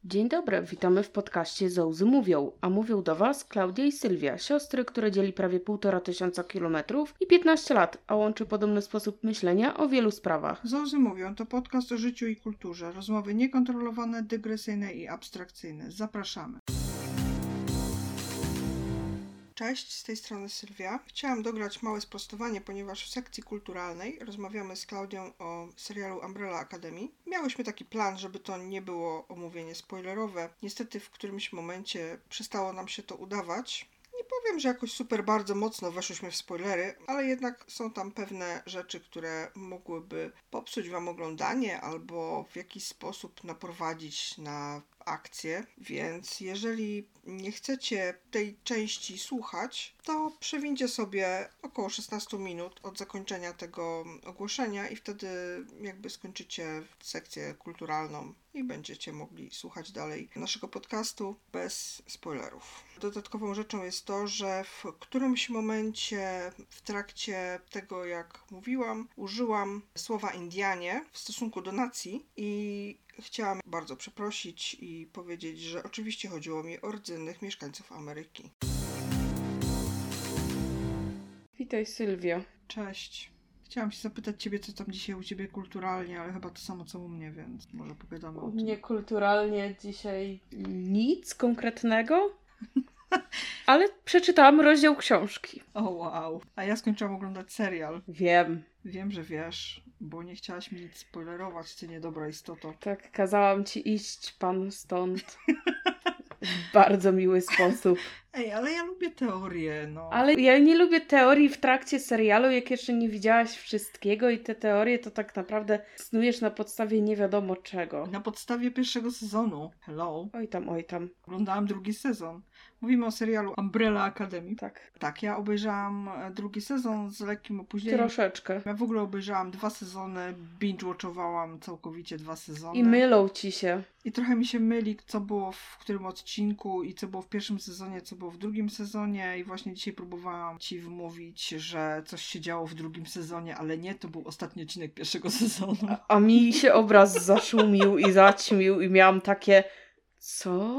Dzień dobry, witamy w podcaście Zołzy Mówią, a mówią do Was Klaudia i Sylwia, siostry, które dzieli prawie 1500 kilometrów i 15 lat, a łączy podobny sposób myślenia o wielu sprawach. Zołzy Mówią to podcast o życiu i kulturze, rozmowy niekontrolowane, dygresyjne i abstrakcyjne. Zapraszamy. Cześć, z tej strony Sylwia. Chciałam dograć małe sprostowanie, ponieważ w sekcji kulturalnej rozmawiamy z Klaudią o serialu Umbrella Academy. Miałyśmy taki plan, żeby to nie było omówienie spoilerowe. Niestety w którymś momencie przestało nam się to udawać. Nie powiem, że jakoś super bardzo mocno weszłyśmy w spoilery, ale jednak są tam pewne rzeczy, które mogłyby popsuć Wam oglądanie albo w jakiś sposób naprowadzić na akcję, więc jeżeli nie chcecie tej części słuchać, to przewincie sobie około 16 minut od zakończenia tego ogłoszenia i wtedy jakby skończycie sekcję kulturalną i będziecie mogli słuchać dalej naszego podcastu bez spoilerów. Dodatkową rzeczą jest to, że w którymś momencie w trakcie tego, jak mówiłam, użyłam słowa Indianie w stosunku do nacji i chciałam bardzo przeprosić i powiedzieć, że oczywiście chodziło mi o rdzennych mieszkańców Ameryki. Witaj, Sylwio. Cześć. Chciałam się zapytać Ciebie, co tam dzisiaj u Ciebie kulturalnie, ale chyba to samo co u mnie, więc może pogadamy o U tym. mnie kulturalnie dzisiaj nic konkretnego, ale przeczytałam rozdział książki. O wow. A ja skończyłam oglądać serial. Wiem. Wiem, że wiesz, bo nie chciałaś mi nic spoilerować, Ty niedobra istoto. Tak, kazałam ci iść pan stąd w bardzo miły sposób. Ej, ale ja lubię teorię, no. Ale ja nie lubię teorii w trakcie serialu, jak jeszcze nie widziałaś wszystkiego i te teorie to tak naprawdę snujesz na podstawie nie wiadomo czego. Na podstawie pierwszego sezonu. Hello. Oj tam. Oglądałam drugi sezon. Mówimy o serialu Umbrella Academy. Tak. Tak, ja obejrzałam drugi sezon z lekkim opóźnieniem. Troszeczkę. Ja w ogóle obejrzałam 2 sezony, binge-watchowałam całkowicie 2 sezony. I mylą ci się. I trochę mi się myli, co było w którym odcinku i co było w pierwszym sezonie, co było w drugim sezonie i właśnie dzisiaj próbowałam Ci wmówić, że coś się działo w drugim sezonie, ale nie, to był ostatni odcinek pierwszego sezonu. A mi się obraz zaszumił i zaćmił i miałam takie... Co?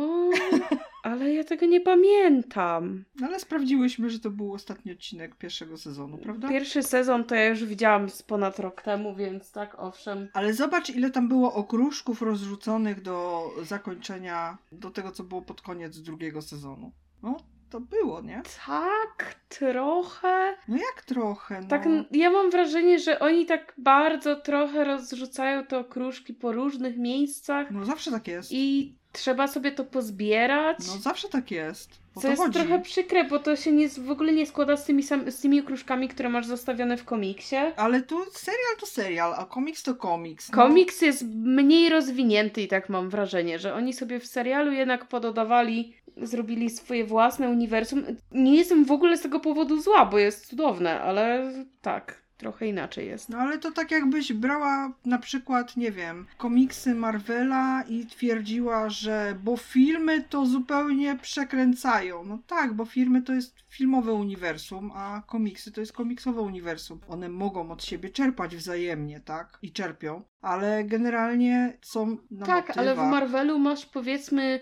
Ale ja tego nie pamiętam. No ale sprawdziłyśmy, że to był ostatni odcinek pierwszego sezonu, prawda? Pierwszy sezon to ja już widziałam z ponad rok temu, więc tak, owszem. Ale zobacz, ile tam było okruszków rozrzuconych do zakończenia, do tego, co było pod koniec drugiego sezonu. No, to było, nie? Tak, trochę. No jak trochę, no. Tak, ja mam wrażenie, że oni tak bardzo trochę rozrzucają te okruszki po różnych miejscach No zawsze tak jest. i trzeba sobie to pozbierać. No zawsze tak jest. O Co to jest chodzi. trochę przykre, bo to się w ogóle nie składa z tymi okruszkami, które masz zostawione w komiksie. Ale tu serial to serial, a komiks to komiks. No. Komiks jest mniej rozwinięty i tak mam wrażenie, że oni sobie w serialu jednak pododawali, zrobili swoje własne uniwersum. Nie jestem w ogóle z tego powodu zła, bo jest cudowne, ale tak, trochę inaczej jest. No ale to tak jakbyś brała na przykład, nie wiem, komiksy Marvela i twierdziła, że bo filmy to zupełnie przekręcają. No tak, bo filmy to jest filmowe uniwersum, a komiksy to jest komiksowe uniwersum. One mogą od siebie czerpać wzajemnie, tak? I czerpią, ale generalnie są na Tak, motywach. ale w Marvelu masz powiedzmy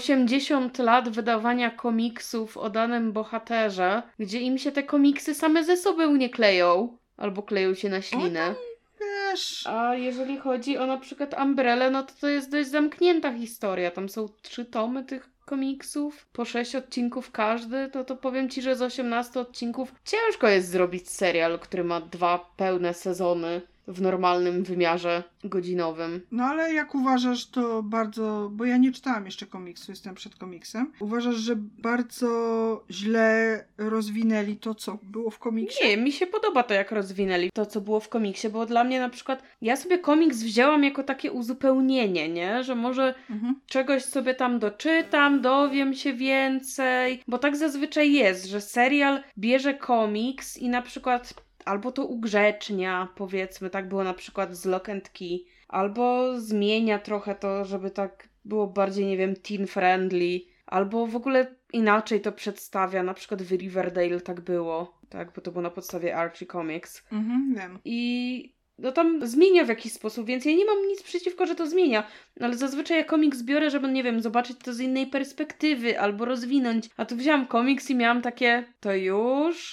80 lat wydawania komiksów o danym bohaterze, gdzie im się te komiksy same ze sobą nie kleją. Albo kleją się na ślinę. Wiesz... A jeżeli chodzi o na przykład Umbrellę, no to jest dość zamknięta historia. Tam są 3 tomy tych komiksów, po 6 odcinków każdy, to powiem Ci, że z 18 odcinków ciężko jest zrobić serial, który ma 2 pełne sezony w normalnym wymiarze godzinowym. No ale jak uważasz, to bardzo... Bo ja nie czytałam jeszcze komiksu, jestem przed komiksem. Uważasz, że bardzo źle rozwinęli to, co było w komiksie? Nie, mi się podoba to, jak rozwinęli to, co było w komiksie, bo dla mnie na przykład, ja sobie komiks wzięłam jako takie uzupełnienie, nie? Że może czegoś sobie tam doczytam, dowiem się więcej, bo tak zazwyczaj jest, że serial bierze komiks i na przykład albo to ugrzecznia, powiedzmy, tak było na przykład z Lock and Key, albo zmienia trochę to, żeby tak było bardziej, nie wiem, teen friendly, albo w ogóle inaczej to przedstawia, na przykład w Riverdale tak było, tak, bo to było na podstawie Archie Comics. Wiem. I no tam zmienia w jakiś sposób, więc ja nie mam nic przeciwko, że to zmienia, ale zazwyczaj ja komiks biorę, żeby, nie wiem, zobaczyć to z innej perspektywy albo rozwinąć, a tu wzięłam komiks i miałam takie, to już?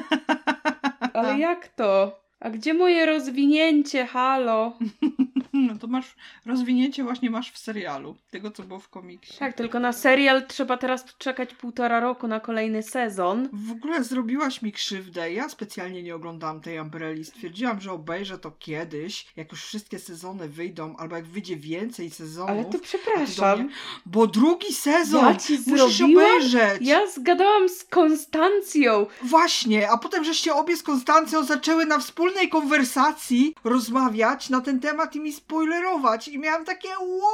Ale jak to? A gdzie moje rozwinięcie? Halo? No to masz rozwinięcie właśnie masz w serialu, tego co było w komiksie. Tak, tylko na serial trzeba teraz czekać 1,5 roku na kolejny sezon. W ogóle zrobiłaś mi krzywdę. Ja specjalnie nie oglądałam tej Umbrelli. Stwierdziłam, że obejrzę to kiedyś, jak już wszystkie sezony wyjdą, albo jak wyjdzie więcej sezonów. Ale to przepraszam. Bo drugi sezon Ja ci musisz zrobiłam? obejrzeć. Ja zgadałam z Konstancją. Właśnie, a potem żeście obie z Konstancją zaczęły na wspólnej konwersacji rozmawiać na ten temat i mi spoilerować. I miałam takie,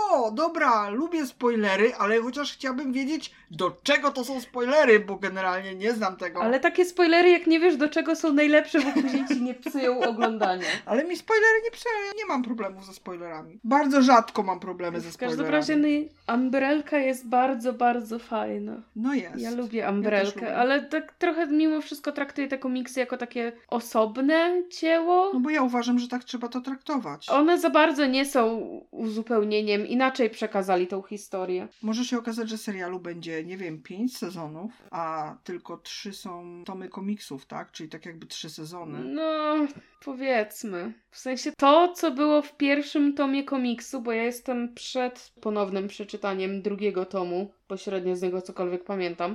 dobra, lubię spoilery, ale chociaż chciałabym wiedzieć, do czego to są spoilery, bo generalnie nie znam tego. Ale takie spoilery, jak nie wiesz, do czego są najlepsze, bo później ci nie psują oglądania. Ale mi spoilery nie psują, ja nie mam problemów ze spoilerami. Bardzo rzadko mam problemy ze W każdym spoilerami. razie Umbrelka jest bardzo, bardzo fajna. No jest. Ja lubię Umbrelkę, lubię. ale tak trochę mimo wszystko traktuję te komiksy jako takie osobne dzieło. No bo ja uważam, że tak trzeba to traktować. One za bardzo nie są uzupełnieniem, inaczej przekazali tą historię. Może się okazać, że serialu będzie, nie wiem, 5 sezonów, a tylko 3 są tomy komiksów, tak? Czyli tak jakby 3 sezony. No, powiedzmy. W sensie to, co było w pierwszym tomie komiksu, bo ja jestem przed ponownym przeczytaniem drugiego tomu, pośrednio z niego cokolwiek pamiętam,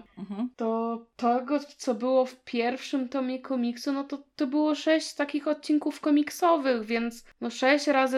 to tego, co było w pierwszym tomie komiksu, no to było 6 takich odcinków komiksowych, więc no 6 razy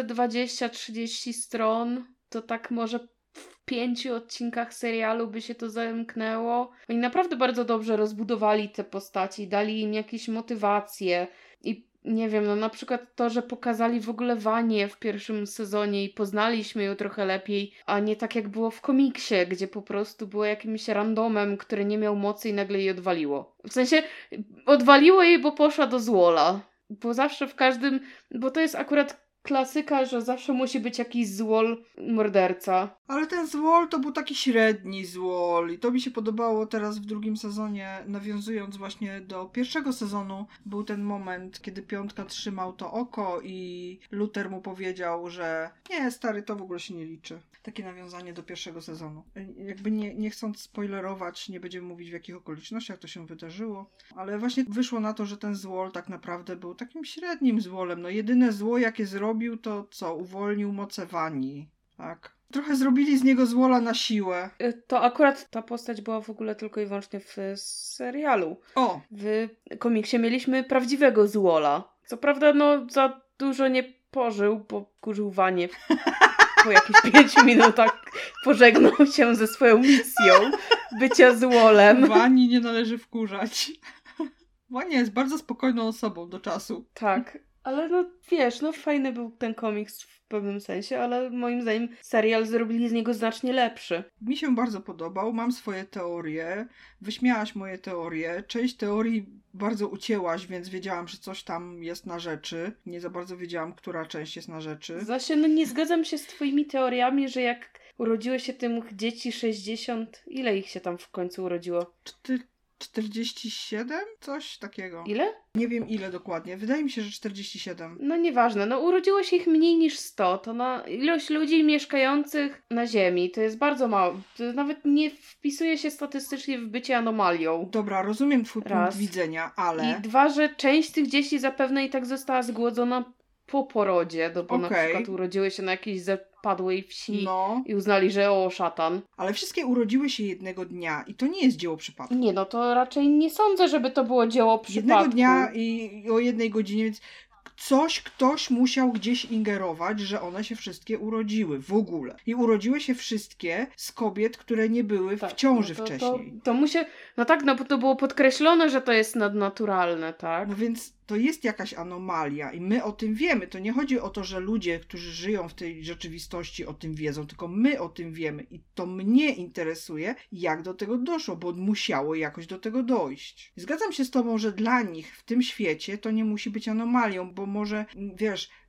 20-30 stron, to tak może w 5 odcinkach serialu by się to zamknęło. Oni naprawdę bardzo dobrze rozbudowali te postaci, dali im jakieś motywacje i nie wiem, no na przykład to, że pokazali w ogóle Wanię w pierwszym sezonie i poznaliśmy ją trochę lepiej, a nie tak jak było w komiksie, gdzie po prostu było jakimś randomem, który nie miał mocy i nagle jej odwaliło. W sensie odwaliło jej, bo poszła do Zwola. Bo zawsze w każdym, bo to jest akurat klasyka, że zawsze musi być jakiś złol morderca. Ale ten Złol to był taki średni Złol i to mi się podobało teraz w drugim sezonie, nawiązując właśnie do pierwszego sezonu, był ten moment, kiedy Piątka trzymał to oko i Luther mu powiedział, że nie, stary, to w ogóle się nie liczy. Takie nawiązanie do pierwszego sezonu. Jakby nie chcąc spoilerować, nie będziemy mówić w jakich okolicznościach to się wydarzyło, ale właśnie wyszło na to, że ten Złol tak naprawdę był takim średnim Złolem. No jedyne zło, jakie zrobił, to co? Uwolnił moce Wani. Tak. Trochę zrobili z niego Zwola na siłę. To akurat ta postać była w ogóle tylko i wyłącznie w serialu. O! W komiksie mieliśmy prawdziwego Zwola. Co prawda, no za dużo nie pożył, bo kurzył Wanię po jakichś 5 minutach. Pożegnał się ze swoją misją bycia Zwolem. Wani nie należy wkurzać. Wania jest bardzo spokojną osobą do czasu. Tak, ale no wiesz, no fajny był ten komiks w pewnym sensie, ale moim zdaniem serial zrobili z niego znacznie lepszy. Mi się bardzo podobał, mam swoje teorie, wyśmiałaś moje teorie, część teorii bardzo ucięłaś, więc wiedziałam, że coś tam jest na rzeczy. Nie za bardzo wiedziałam, która część jest na rzeczy. Zaś no nie zgadzam się z twoimi teoriami, że jak urodziło się tych dzieci 60, ile ich się tam w końcu urodziło? 47? Coś takiego. Ile? Nie wiem ile dokładnie. Wydaje mi się, że 47. No nieważne, no urodziło się ich mniej niż 100, to na ilość ludzi mieszkających na Ziemi to jest bardzo mało. To nawet nie wpisuje się statystycznie w bycie anomalią. Dobra, rozumiem twój Raz. punkt widzenia, ale... I dwa, że część tych dzieci zapewne i tak została zgłodzona po porodzie, bo na przykład urodziły się na jakiejś zapadłej wsi i uznali, że szatan. Ale wszystkie urodziły się jednego dnia i to nie jest dzieło przypadku. Nie, no to raczej nie sądzę, żeby to było dzieło przypadku. Jednego dnia i o 1 godzinie, więc ktoś musiał gdzieś ingerować, że one się wszystkie urodziły w ogóle. I urodziły się wszystkie z kobiet, które nie były w ciąży wcześniej. No tak, no bo to było podkreślone, że to jest nadnaturalne, tak? No więc to jest jakaś anomalia i my o tym wiemy. To nie chodzi o to, że ludzie, którzy żyją w tej rzeczywistości o tym wiedzą, tylko my o tym wiemy i to mnie interesuje, jak do tego doszło, bo musiało jakoś do tego dojść. Zgadzam się z tobą, że dla nich w tym świecie to nie musi być anomalią, bo może, wiesz,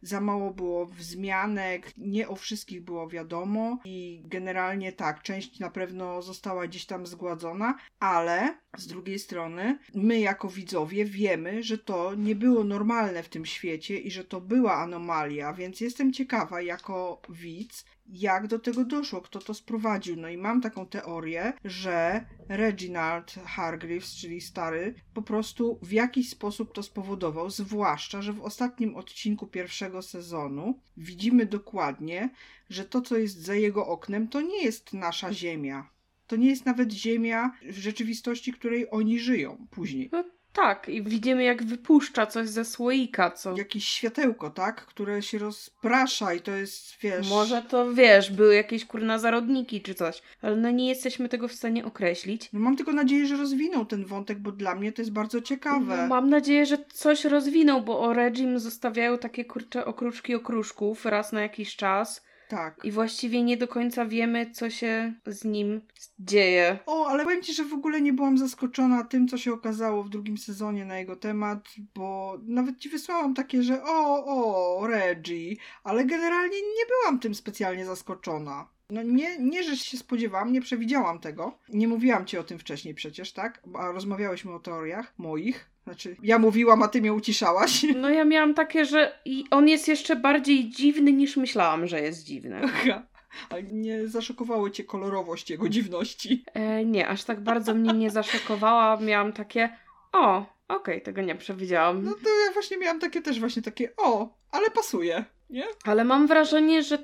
za mało było wzmianek, nie o wszystkich było wiadomo i generalnie tak, część na pewno została gdzieś tam zgładzona, ale z drugiej strony my jako widzowie wiemy, że to nie było normalne w tym świecie i że to była anomalia, więc jestem ciekawa jako widz, jak do tego doszło, kto to sprowadził. No i mam taką teorię, że Reginald Hargreaves, czyli stary, po prostu w jakiś sposób to spowodował, zwłaszcza, że w ostatnim odcinku pierwszego sezonu widzimy dokładnie, że to, co jest za jego oknem, to nie jest nasza Ziemia. To nie jest nawet Ziemia w rzeczywistości, której oni żyją później. No tak, i widzimy jak wypuszcza coś ze słoika, co... Jakieś światełko, tak? Które się rozprasza i to jest, wiesz... Może to, wiesz, były jakieś kurna zarodniki czy coś, ale no nie jesteśmy tego w stanie określić. No mam tylko nadzieję, że rozwinął ten wątek, bo dla mnie to jest bardzo ciekawe. No, mam nadzieję, że coś rozwinął, bo o Regim zostawiają takie kurcze okruszki okruszków raz na jakiś czas. Tak. I właściwie nie do końca wiemy, co się z nim dzieje. O, ale powiem ci, że w ogóle nie byłam zaskoczona tym, co się okazało w drugim sezonie na jego temat, bo nawet ci wysłałam takie, że Reggie, ale generalnie nie byłam tym specjalnie zaskoczona. No nie, że się spodziewałam, nie przewidziałam tego. Nie mówiłam ci o tym wcześniej przecież, tak? A rozmawiałyśmy o teoriach moich. Znaczy, ja mówiłam, a ty mnie uciszałaś. No ja miałam takie, że on jest jeszcze bardziej dziwny niż myślałam, że jest dziwny. Aha. Ale nie zaszokowało cię kolorowość jego dziwności? Nie, aż tak bardzo mnie nie zaszokowała. Miałam takie, okej, tego nie przewidziałam. No to ja właśnie miałam takie też właśnie takie, ale pasuje, nie? Ale mam wrażenie, że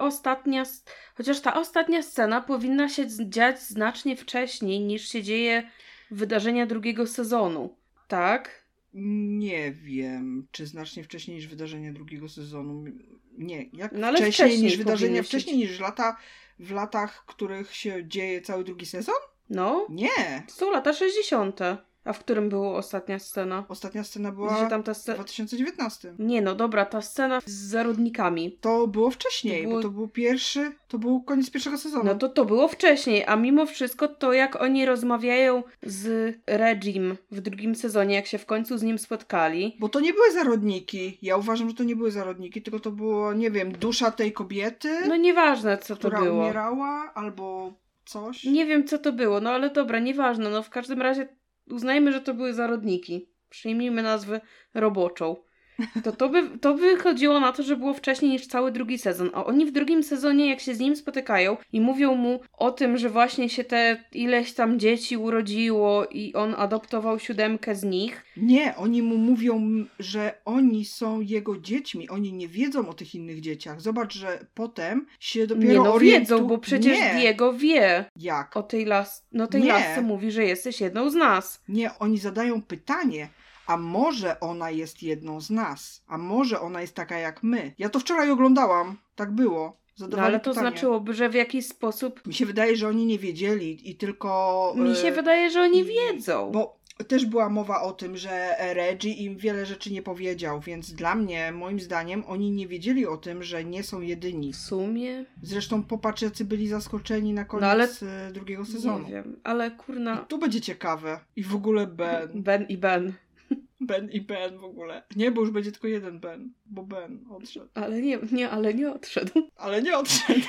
chociaż ta ostatnia scena powinna się dziać znacznie wcześniej niż się dzieje wydarzenia drugiego sezonu. Tak? Nie wiem, czy znacznie wcześniej niż wydarzenia drugiego sezonu. Nie, jak no, ale wcześniej niż wydarzenia, wcześniej niż w latach, w których się dzieje cały drugi sezon? No. Nie. To są lata 60. A w którym była ostatnia scena? Ostatnia scena była tam w 2019. Nie, no dobra, ta scena z zarodnikami. To było wcześniej, bo to był koniec pierwszego sezonu. No to było wcześniej, a mimo wszystko to jak oni rozmawiają z Regim w drugim sezonie, jak się w końcu z nim spotkali. Bo to nie były zarodniki. Ja uważam, że to nie były zarodniki, tylko to było, nie wiem, dusza tej kobiety. No nieważne, co to było. Która umierała, albo coś. Nie wiem, co to było, no ale dobra, nieważne. No w każdym razie uznajmy, że to były zarodniki. Przyjmijmy nazwę roboczą. To by chodziło na to, że było wcześniej niż cały drugi sezon. A oni w drugim sezonie, jak się z nim spotykają i mówią mu o tym, że właśnie się te ileś tam dzieci urodziło i on adoptował 7 z nich. Nie, oni mu mówią, że oni są jego dziećmi. Oni nie wiedzą o tych innych dzieciach. Zobacz, że potem się dopiero wiedzą, bo przecież Diego wie. Jak? O tej lasce mówi, że jesteś jedną z nas. Nie, oni zadają pytanie. A może ona jest jedną z nas? A może ona jest taka jak my? Ja to wczoraj oglądałam. Tak było. No ale to znaczyłoby, że w jakiś sposób... Mi się wydaje, że oni nie wiedzieli i tylko... Mi się wydaje, że oni wiedzą. Bo też była mowa o tym, że Reggie im wiele rzeczy nie powiedział, więc dla mnie, moim zdaniem, oni nie wiedzieli o tym, że nie są jedyni. W sumie... Zresztą popatrz, jacy byli zaskoczeni na koniec drugiego sezonu. Nie wiem, ale kurna... I tu będzie ciekawe. I w ogóle Ben. Ben i Ben. Ben i Ben w ogóle. Nie, bo już będzie tylko jeden Ben, bo Ben odszedł. Ale nie odszedł. Ale nie odszedł.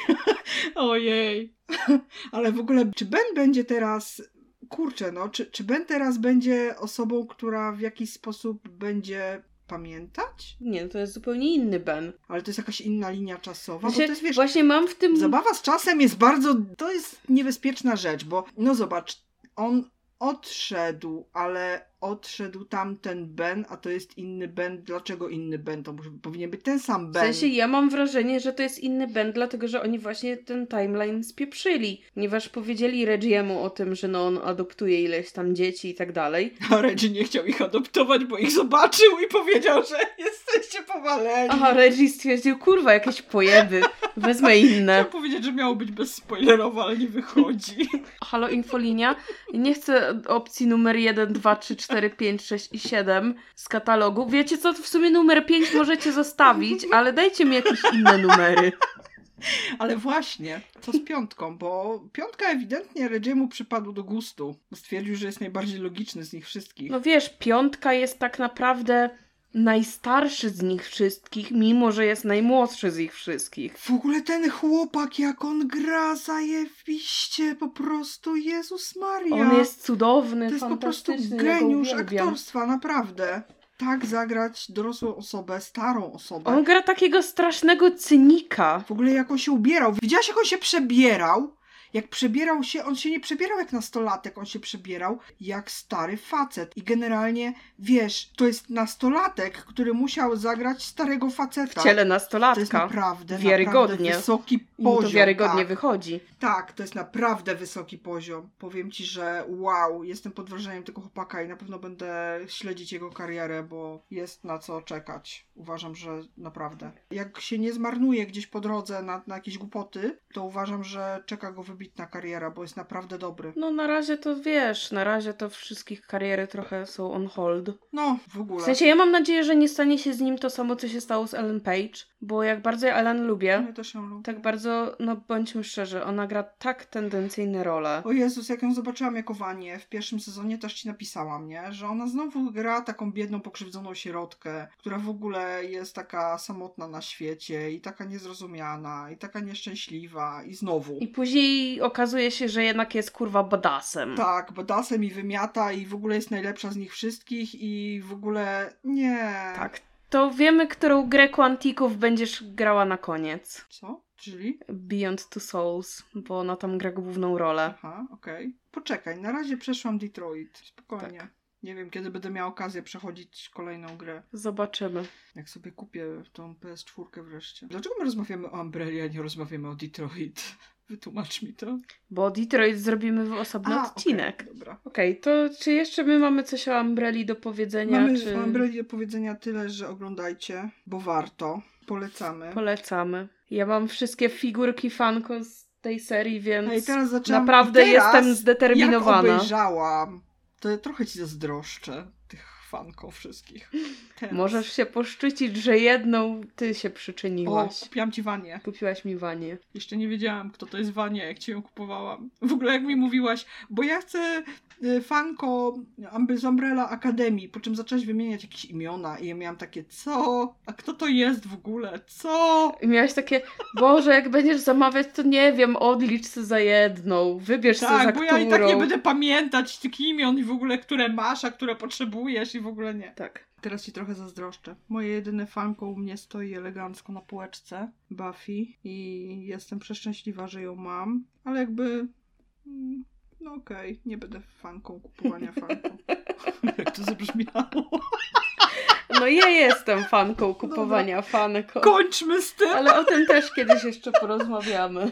Ojej. Ale w ogóle, czy Ben będzie teraz... Kurczę, no, czy Ben teraz będzie osobą, która w jakiś sposób będzie pamiętać? Nie, no to jest zupełnie inny Ben. Ale to jest jakaś inna linia czasowa, Znaczy, bo to jest, wiesz... Właśnie mam w tym... Zabawa z czasem jest bardzo... To jest niebezpieczna rzecz, bo no zobacz, on odszedł, ale odszedł tamten Ben, a to jest inny Ben. Dlaczego inny Ben? To powinien być ten sam Ben. W sensie ja mam wrażenie, że to jest inny Ben, dlatego że oni właśnie ten timeline spieprzyli. Ponieważ powiedzieli Reggiemu o tym, że on adoptuje ileś tam dzieci i tak dalej. A Reggie nie chciał ich adoptować, bo ich zobaczył i powiedział, że jesteście powaleni. Aha, Reggie stwierdził, kurwa, jakieś pojeby. Wezmę inne. Chciałam powiedzieć, że miało być bezspoilerowo, ale nie wychodzi. Halo, infolinia. Nie chcę opcji numer 1, 2, 3, 4, 5, 6 i 7 z katalogu. Wiecie co? W sumie numer 5 możecie zostawić, ale dajcie mi jakieś inne numery. Ale właśnie, co z 5? Bo 5 ewidentnie Reggiemu przypadł do gustu. Stwierdził, że jest najbardziej logiczny z nich wszystkich. No wiesz, 5 jest tak naprawdę najstarszy z nich wszystkich, mimo że jest najmłodszy z ich wszystkich. W ogóle ten chłopak, jak on gra zajebiście, po prostu, Jezus Maria. On jest cudowny, to jest po prostu fantastyczny. geniusz ja go uwielbiam. aktorstwa, naprawdę. Tak zagrać dorosłą osobę, starą osobę. On gra takiego strasznego cynika. W ogóle jak on się ubierał. Widziałaś, jak on się przebierał? Jak przebierał się, on się nie przebierał jak nastolatek, on się przebierał jak stary facet. I generalnie, wiesz, to jest nastolatek, który musiał zagrać starego faceta. W ciele nastolatka. To jest naprawdę wiarygodnie. Wysoki I mu poziom. to wiarygodnie tak. wychodzi. Tak, to jest naprawdę wysoki poziom. Powiem ci, że wow, jestem pod wrażeniem tego chłopaka i na pewno będę śledzić jego karierę, bo jest na co czekać. Uważam, że naprawdę. Jak się nie zmarnuje gdzieś po drodze na jakieś głupoty, to uważam, że czeka go wybitna kariera, bo jest naprawdę dobry. No na razie to wiesz, na razie to wszystkich kariery trochę są on hold. No, w ogóle. W sensie ja mam nadzieję, że nie stanie się z nim to samo, co się stało z Ellen Page, bo jak bardzo ja Ellen lubię, Ja też ją lubię. tak bardzo, no bądźmy szczerzy, ona gra tak tendencyjne role. O Jezus, jak ją zobaczyłam jako Wanię w pierwszym sezonie, też ci napisałam, nie? Że ona znowu gra taką biedną, pokrzywdzoną sierotkę, która w ogóle jest taka samotna na świecie i taka niezrozumiana i taka nieszczęśliwa i znowu. I później okazuje się, że jednak jest kurwa badassem. Tak, badasem i wymiata i w ogóle jest najlepsza z nich wszystkich i w ogóle nie. Tak. To wiemy, którą grę Quantików będziesz grała na koniec. Co? Czyli? Beyond Two Souls, bo ona tam gra główną rolę. Aha, okej. Poczekaj, na razie przeszłam Detroit. Spokojnie. Tak. Nie wiem, kiedy będę miała okazję przechodzić kolejną grę. Zobaczymy. Jak sobie kupię tą PS4 wreszcie. Dlaczego my rozmawiamy o Umbrelli, a nie rozmawiamy o Detroit? Wytłumacz mi to. Bo Detroit zrobimy w osobny odcinek. Okay, dobra. Okej, to czy jeszcze my mamy coś o Umbrelli do powiedzenia? Mamy o Umbrelli do powiedzenia tyle, że oglądajcie, bo warto. Polecamy. Polecamy. Ja mam wszystkie figurki Funko z tej serii, więc i teraz zaczęłam... naprawdę jestem zdeterminowana. Jak obejrzałam, to trochę ci zazdroszczę tych fanków wszystkich. Teraz. Możesz się poszczycić, że jedną ty się przyczyniłaś. O, kupiłam ci Wanię. Kupiłaś mi Wanię. Jeszcze nie wiedziałam, kto to jest Wania, jak ci ją kupowałam. W ogóle jak mi mówiłaś, bo ja chcę fanko z Umbrella Academy, po czym zaczęłaś wymieniać jakieś imiona i ja miałam takie, co? A kto to jest w ogóle? Co? I miałaś takie, Boże, jak będziesz zamawiać, to nie wiem, odlicz sobie za jedną, wybierz sobie za Tak, bo ja i tak którą. nie będę pamiętać tych imion i w ogóle, które masz, a które potrzebujesz i w ogóle nie. Tak. Teraz ci trochę zazdroszczę. Moje jedyne fanko u mnie stoi elegancko na półeczce, Buffy, i jestem przeszczęśliwa, że ją mam, ale jakby... No okej, nie będę fanką kupowania fanką. Jak to zabrzmiało. No ja jestem fanką kupowania fanko. Kończmy z tym! Ale o tym też kiedyś jeszcze porozmawiamy.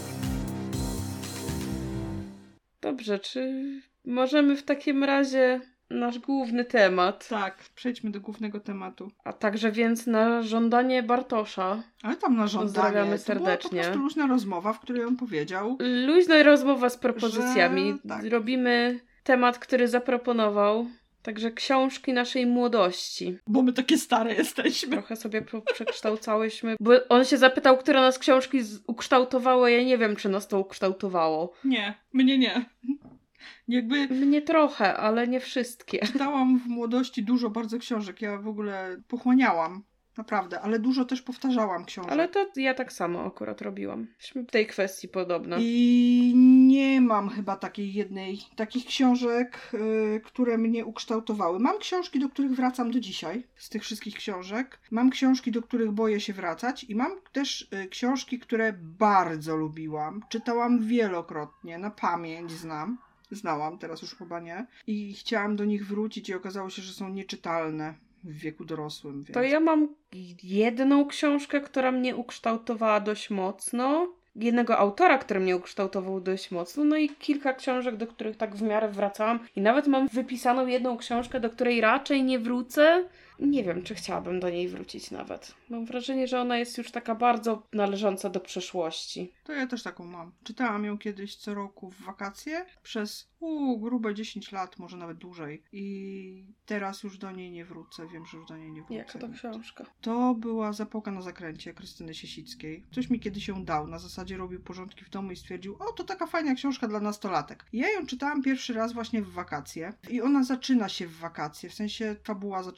Dobrze, czy możemy w takim razie nasz główny temat? Tak, przejdźmy do głównego tematu. A także więc na żądanie Bartosza. Ale tam na żądanie. Pozdrawiamy serdecznie. To była po prostu luźna rozmowa, w której on powiedział... Luźna rozmowa z propozycjami. Że... Tak. Robimy temat, który zaproponował. Także książki naszej młodości. Bo my takie stare jesteśmy. Trochę sobie przekształcałyśmy. Bo on się zapytał, które nas książki ukształtowały. Ja nie wiem, czy nas to ukształtowało. Nie, mnie nie. Jakby... Mnie trochę, ale nie wszystkie. Czytałam w młodości dużo bardzo książek. Ja w ogóle pochłaniałam. Naprawdę, ale dużo też powtarzałam książek. Ale to ja tak samo akurat robiłam. Jesteśmy w tej kwestii podobne. I nie mam chyba takich książek, które mnie ukształtowały. Mam książki, do których wracam do dzisiaj, z tych wszystkich książek. Mam książki, do których boję się wracać i mam też książki, które bardzo lubiłam. Czytałam wielokrotnie, na pamięć znałam, teraz już chyba nie. I chciałam do nich wrócić i okazało się, że są nieczytalne w wieku dorosłym. Więc... To ja mam jedną książkę, która mnie ukształtowała dość mocno. Jednego autora, który mnie ukształtował dość mocno. No i kilka książek, do których tak w miarę wracałam. I nawet mam wypisaną jedną książkę, do której raczej nie wrócę. Nie wiem, czy chciałabym do niej wrócić nawet. Mam wrażenie, że ona jest już taka bardzo należąca do przeszłości. To ja też taką mam. Czytałam ją kiedyś co roku w wakacje przez grube 10 lat, może nawet dłużej. I teraz już do niej nie wrócę. Wiem, że już do niej nie wrócę. Jaka to książka? To była Zapałka na zakręcie Krystyny Siesickiej. Ktoś mi kiedyś ją dał. Na zasadzie robił porządki w domu i stwierdził, to taka fajna książka dla nastolatek. Ja ją czytałam pierwszy raz właśnie w wakacje. I ona zaczyna się w wakacje. W sensie fabuła zaczyna się w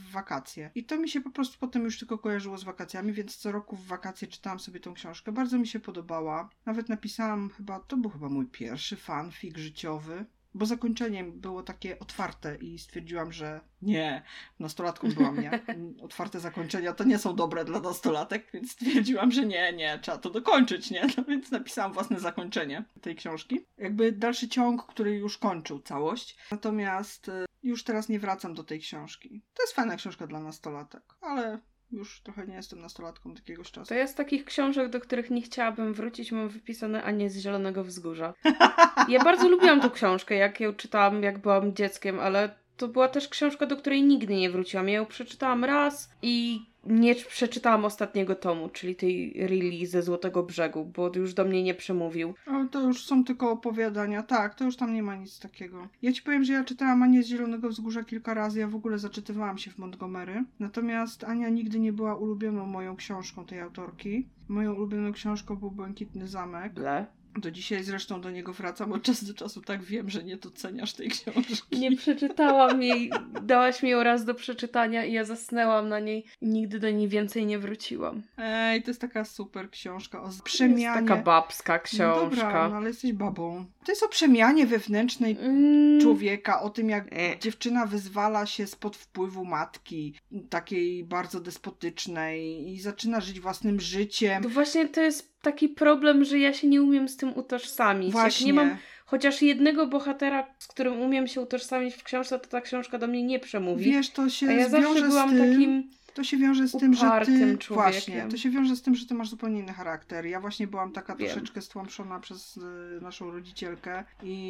w wakacje. I to mi się po prostu potem już tylko kojarzyło z wakacjami, więc co roku w wakacje czytałam sobie tą książkę. Bardzo mi się podobała. Nawet napisałam to był chyba mój pierwszy fanfic życiowy. Bo zakończenie było takie otwarte i stwierdziłam, że nie, nastolatką byłam, nie. Otwarte zakończenia to nie są dobre dla nastolatek, więc stwierdziłam, że nie, trzeba to dokończyć, nie. No więc napisałam własne zakończenie tej książki. Jakby dalszy ciąg, który już kończył całość. Natomiast już teraz nie wracam do tej książki. To jest fajna książka dla nastolatek, ale już trochę nie jestem nastolatką od jakiegoś czasu. To ja z takich książek, do których nie chciałabym wrócić, mam wypisane Anię z Zielonego Wzgórza. Ja bardzo lubiłam tą książkę, jak ją czytałam, jak byłam dzieckiem, ale to była też książka, do której nigdy nie wróciłam. Ja ją przeczytałam raz i nie przeczytałam ostatniego tomu, czyli tej Lili ze Złotego Brzegu, bo już do mnie nie przemówił. Ale to już są tylko opowiadania. Tak, to już tam nie ma nic takiego. Ja ci powiem, że ja czytałam Anię z Zielonego Wzgórza kilka razy. Ja w ogóle zaczytywałam się w Montgomery. Natomiast Ania nigdy nie była ulubioną moją książką tej autorki. Moją ulubioną książką był Błękitny Zamek. Ble. Do dzisiaj zresztą do niego wracam od czasu do czasu. Tak wiem, że nie doceniasz tej książki. Nie przeczytałam jej. Dałaś mi ją raz do przeczytania i ja zasnęłam na niej i nigdy do niej więcej nie wróciłam. Ej, to jest taka super książka o przemianie. To jest taka babska książka. No dobra, no ale jesteś babą. To jest o przemianie wewnętrznej człowieka, o tym jak dziewczyna wyzwala się spod wpływu matki, takiej bardzo despotycznej i zaczyna żyć własnym życiem. To właśnie to jest taki problem, że ja się nie umiem z tym utożsamić. Właśnie. Jak nie mam chociaż jednego bohatera, z którym umiem się utożsamić w książce, to ta książka do mnie nie przemówi. Wiesz, to się a ja zawsze byłam takim to się wiąże z tym, że ty... człowiekiem. Właśnie, to się wiąże z tym, że ty masz zupełnie inny charakter. Ja właśnie byłam taka Wiem. troszeczkę stłamszona przez naszą rodzicielkę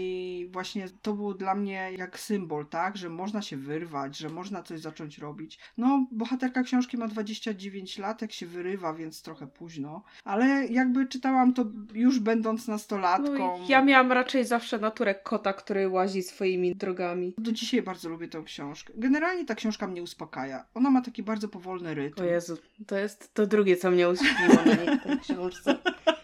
i właśnie to było dla mnie jak symbol, tak? Że można się wyrwać, że można coś zacząć robić. No, bohaterka książki ma 29 lat, jak się wyrywa, więc trochę późno. Ale jakby czytałam to już będąc nastolatką. No, ja miałam raczej zawsze naturę kota, który łazi swoimi drogami. Do dzisiaj bardzo lubię tę książkę. Generalnie ta książka mnie uspokaja. Ona ma taki bardzo powolny rytm. O Jezu, to jest to drugie, co mnie uśpiło na niej w tej książce.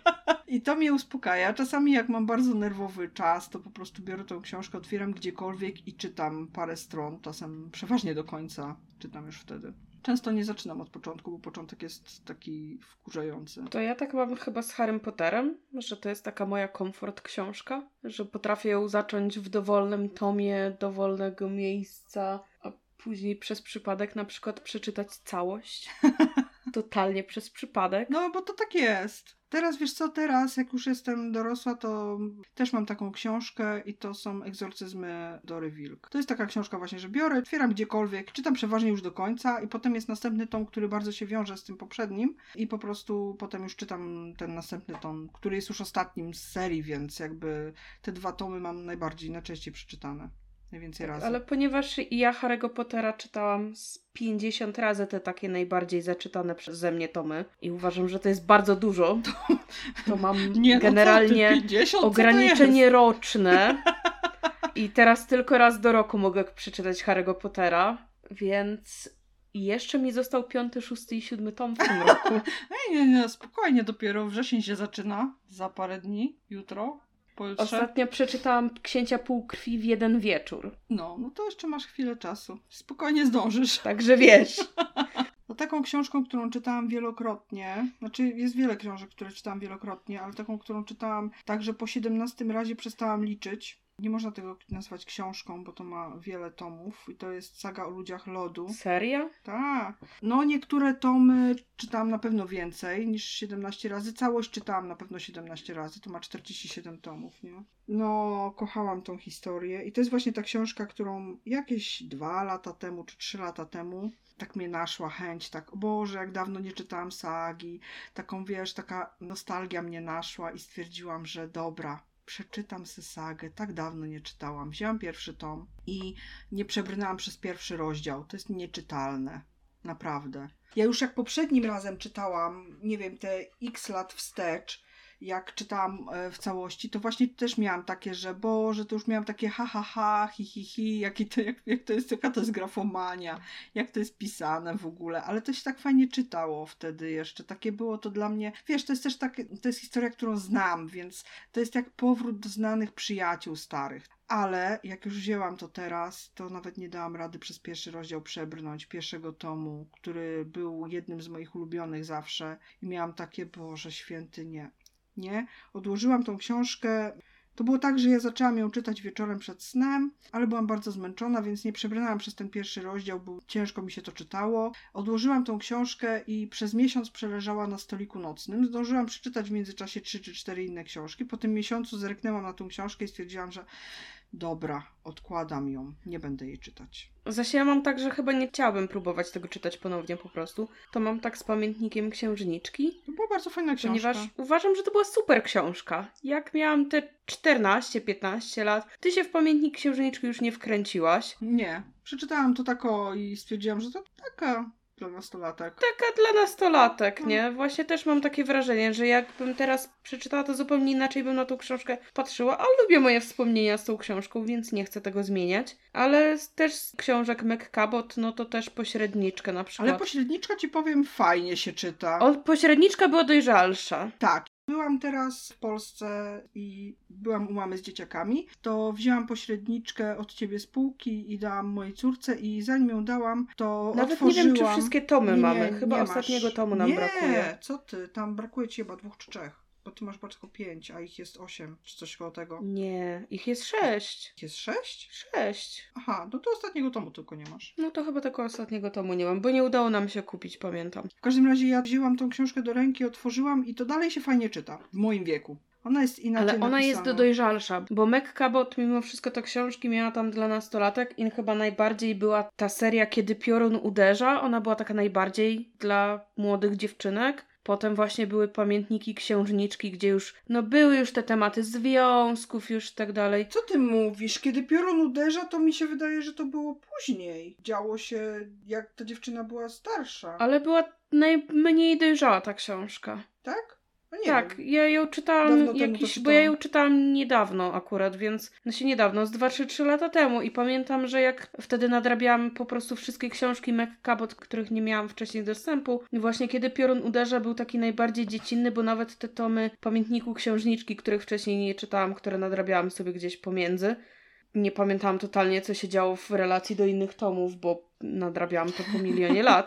I to mnie uspokaja. Czasami jak mam bardzo nerwowy czas, to po prostu biorę tą książkę, otwieram gdziekolwiek i czytam parę stron. Czasem przeważnie do końca czytam już wtedy. Często nie zaczynam od początku, bo początek jest taki wkurzający. To ja tak mam chyba z Harrym Potterem, że to jest taka moja komfort książka, że potrafię ją zacząć w dowolnym tomie, dowolnego miejsca, a później przez przypadek na przykład przeczytać całość. Totalnie przez przypadek. No, bo to tak jest. Teraz, wiesz co, jak już jestem dorosła, to też mam taką książkę i to są Egzorcyzmy Dory Wilk. To jest taka książka właśnie, że biorę, otwieram gdziekolwiek, czytam przeważnie już do końca i potem jest następny tom, który bardzo się wiąże z tym poprzednim i po prostu potem już czytam ten następny tom, który jest już ostatnim z serii, więc jakby te 2 tomy mam najczęściej przeczytane. Najwięcej razy. Ale ponieważ ja Harry'ego Pottera czytałam z 50 razy te takie najbardziej zaczytane przeze mnie tomy i uważam, że to jest bardzo dużo, to mam generalnie 50? ograniczenie roczne i teraz tylko raz do roku mogę przeczytać Harry'ego Pottera, więc jeszcze mi został 5., 6. i 7. tom w tym roku. Nie, spokojnie, dopiero wrzesień się zaczyna, za parę dni, jutro. Pojutrze. Ostatnio przeczytałam Księcia Półkrwi w jeden wieczór. No to jeszcze masz chwilę czasu. Spokojnie zdążysz. Także wiesz. No taką książką, którą czytałam wielokrotnie, znaczy jest wiele książek, które czytałam wielokrotnie, ale taką, którą czytałam tak, że po 17 razie przestałam liczyć. Nie można tego nazwać książką, bo to ma wiele tomów i to jest Saga o ludziach lodu. Seria? Tak. No niektóre tomy czytałam na pewno więcej niż 17 razy. Całość czytałam na pewno 17 razy. To ma 47 tomów, nie? No, kochałam tą historię i to jest właśnie ta książka, którą jakieś 2 lata temu czy 3 lata temu tak mnie naszła chęć, tak, o Boże, jak dawno nie czytałam sagi. Taką, wiesz, taka nostalgia mnie naszła i stwierdziłam, że dobra, przeczytam sobie sagę, tak dawno nie czytałam. Wzięłam pierwszy tom i nie przebrnęłam przez pierwszy rozdział. To jest nieczytalne. Naprawdę. Ja już jak poprzednim razem czytałam, nie wiem, te x lat wstecz jak czytałam w całości, to właśnie też miałam takie, że Boże, to już miałam takie hi, jak to jest, jaka to jest grafomania, jak to jest pisane w ogóle, ale to się tak fajnie czytało wtedy jeszcze, takie było to dla mnie, wiesz, to jest też takie, to jest historia, którą znam, więc to jest jak powrót do znanych przyjaciół starych. Ale jak już wzięłam to teraz, to nawet nie dałam rady przez pierwszy rozdział przebrnąć pierwszego tomu, który był jednym z moich ulubionych zawsze i miałam takie, Boże święty, nie. Odłożyłam tą książkę. To było tak, że ja zaczęłam ją czytać wieczorem przed snem, ale byłam bardzo zmęczona, więc nie przebrnęłam przez ten pierwszy rozdział, bo ciężko mi się to czytało. Odłożyłam tą książkę i przez miesiąc przeleżała na stoliku nocnym. Zdążyłam przeczytać w międzyczasie 3 czy 4 inne książki. Po tym miesiącu zerknęłam na tą książkę i stwierdziłam, że dobra, odkładam ją, nie będę jej czytać. Zaś ja mam tak, że chyba nie chciałabym próbować tego czytać ponownie po prostu. To mam tak z pamiętnikiem Księżniczki. To była bardzo fajna książka. Ponieważ uważam, że to była super książka. Jak miałam te 14-15 lat, ty się w pamiętnik Księżniczki już nie wkręciłaś. Nie. Przeczytałam to tako i stwierdziłam, że to taka dla nastolatek. Taka dla nastolatek, nie? Właśnie też mam takie wrażenie, że jakbym teraz przeczytała, to zupełnie inaczej bym na tą książkę patrzyła, ale lubię moje wspomnienia z tą książką, więc nie chcę tego zmieniać. Ale też z książek McCabot, no to też Pośredniczkę na przykład. Ale Pośredniczka, ci powiem, fajnie się czyta. Pośredniczka była dojrzalsza. Tak. Byłam teraz w Polsce i byłam u mamy z dzieciakami, to wzięłam Pośredniczkę od ciebie z półki i dałam mojej córce i zanim ją dałam, to nawet otworzyłam... nie wiem, czy wszystkie tomy mamy. Chyba nie ostatniego masz. tomu nam brakuje. Nie, co ty? Tam brakuje ci chyba 2 czy 3. Bo ty masz tylko 5, a ich jest 8, czy coś koło tego. Nie, ich jest 6. Jest 6? 6. Aha, no to ostatniego tomu tylko nie masz. No to chyba tylko ostatniego tomu nie mam, bo nie udało nam się kupić, pamiętam. W każdym razie ja wzięłam tą książkę do ręki, otworzyłam i to dalej się fajnie czyta. W moim wieku. Ona jest inaczej Ale ona napisana. jest dojrzalsza, bo McCabot mimo wszystko to książki miała tam dla nastolatek i chyba najbardziej była ta seria Kiedy piorun uderza. Ona była taka najbardziej dla młodych dziewczynek. Potem właśnie były pamiętniki Księżniczki, gdzie już, no były już te tematy związków, już tak dalej. Co ty mówisz? Kiedy piorun uderza, to mi się wydaje, że to było później. Działo się, jak ta dziewczyna była starsza. Ale była najmniej dojrzała ta książka. Tak? No nie Tak, wiem. ja ją czytałam Dawno temu to bo ja czytałam. ją czytałam niedawno akurat, więc niedawno, z 2 czy 3 lata temu i pamiętam, że jak wtedy nadrabiałam po prostu wszystkie książki McCabot, których nie miałam wcześniej dostępu, właśnie Kiedy piorun uderza był taki najbardziej dziecinny, bo nawet te tomy Pamiętniku Księżniczki, których wcześniej nie czytałam, które nadrabiałam sobie gdzieś pomiędzy, nie pamiętałam totalnie, co się działo w relacji do innych tomów, bo nadrabiałam to po milionie lat,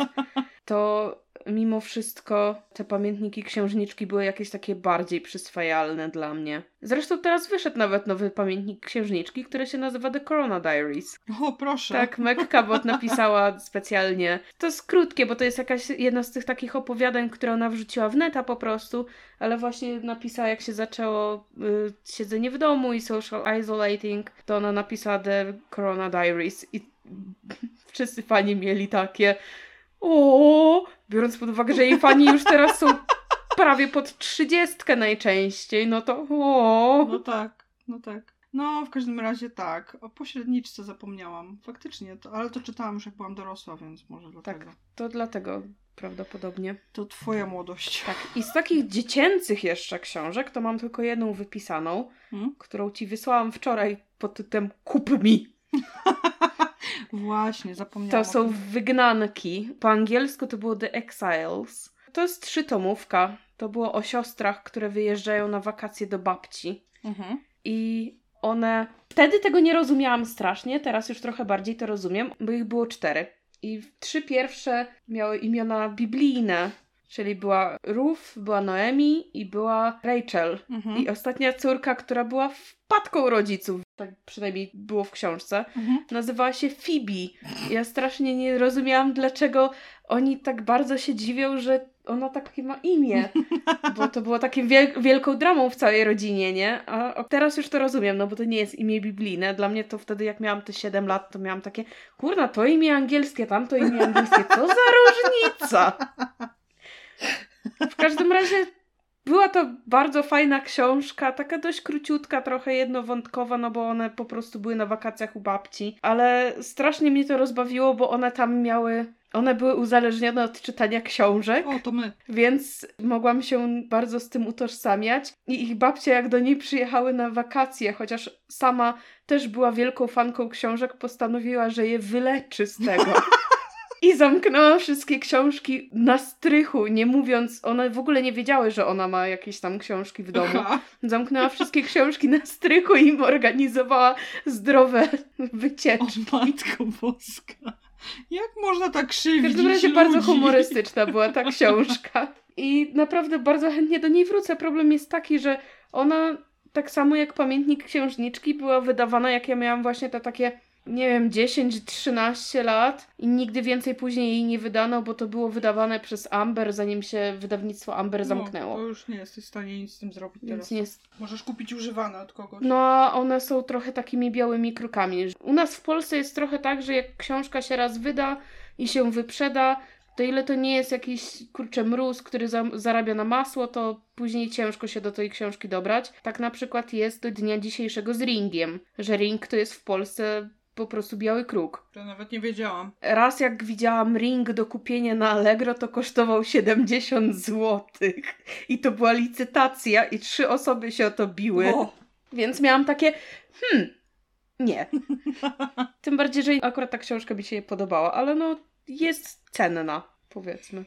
to mimo wszystko te pamiętniki Księżniczki były jakieś takie bardziej przyswajalne dla mnie. Zresztą teraz wyszedł nawet nowy pamiętnik Księżniczki, który się nazywa The Corona Diaries. O, proszę. Tak, McCabot napisała specjalnie. To jest krótkie, bo to jest jakaś jedna z tych takich opowiadań, które ona wrzuciła w neta po prostu, ale właśnie napisała, jak się zaczęło siedzenie w domu i social isolating, to ona napisała The Corona Diaries i wszyscy fani mieli takie biorąc pod uwagę, że jej fani już teraz są prawie pod 30 najczęściej, no to No tak. No, w każdym razie tak. O Pośredniczce zapomniałam. Faktycznie, ale to czytałam już jak byłam dorosła, więc może dlatego. Tak, to dlatego prawdopodobnie. To twoja młodość. Tak, i z takich dziecięcych jeszcze książek, to mam tylko jedną wypisaną, którą ci wysłałam wczoraj pod tytułem Kup mi. Właśnie, zapomniałam. To są Wygnanki. Po angielsku to było The Exiles. To jest 3-tomówka. To było o siostrach, które wyjeżdżają na wakacje do babci. I one... Wtedy tego nie rozumiałam strasznie, teraz już trochę bardziej to rozumiem, bo ich było 4. I 3 pierwsze miały imiona biblijne. Czyli była Ruth, była Noemi i była Rachel. I ostatnia córka, która była wpadką rodziców, tak przynajmniej było w książce, nazywała się Phoebe. Ja strasznie nie rozumiałam, dlaczego oni tak bardzo się dziwią, że ona takie ma imię. Bo to było taką wielką dramą w całej rodzinie, nie? A teraz już to rozumiem, no bo to nie jest imię biblijne. Dla mnie to wtedy, jak miałam te 7 lat, to miałam takie, kurna, to imię angielskie, tamto imię angielskie. Co za różnica? W każdym razie była to bardzo fajna książka, taka dość króciutka, trochę jednowątkowa, no bo one po prostu były na wakacjach u babci, ale strasznie mnie to rozbawiło, bo one tam miały One były uzależnione od czytania książek. O, to my. Więc mogłam się bardzo z tym utożsamiać. I ich babcia, jak do niej przyjechały na wakacje, chociaż sama też była wielką fanką książek, postanowiła, że je wyleczy z tego. I zamknęła wszystkie książki na strychu, nie mówiąc, one w ogóle nie wiedziały, że ona ma jakieś tam książki w domu. Aha. Zamknęła wszystkie książki na strychu i im organizowała zdrowe wycieczki. O, Matko Boska. Jak można tak krzywdzić W każdym razie ludzi? bardzo humorystyczna była ta książka. I naprawdę bardzo chętnie do niej wrócę. Problem jest taki, że ona tak samo jak Pamiętnik Księżniczki była wydawana, jak ja miałam właśnie te takie, nie wiem, 10-13 lat i nigdy więcej później jej nie wydano, bo to było wydawane przez Amber, zanim się wydawnictwo Amber zamknęło. No, to już nie jesteś w stanie nic z tym zrobić Więc teraz. nie... Możesz kupić używane od kogoś. No, a one są trochę takimi białymi krukami. U nas w Polsce jest trochę tak, że jak książka się raz wyda i się wyprzeda, to ile to nie jest jakiś, kurczę, mróz, który zarabia na masło, to później ciężko się do tej książki dobrać. Tak na przykład jest do dnia dzisiejszego z Ringiem, że Ring to jest w Polsce po prostu biały kruk. To nawet nie wiedziałam. Raz jak widziałam Ring do kupienia na Allegro, to kosztował 70 zł. I to była licytacja i 3 osoby się o to biły. O. Więc miałam takie, nie. Tym bardziej, że akurat ta książka mi się nie podobała, ale no jest cenna, powiedzmy.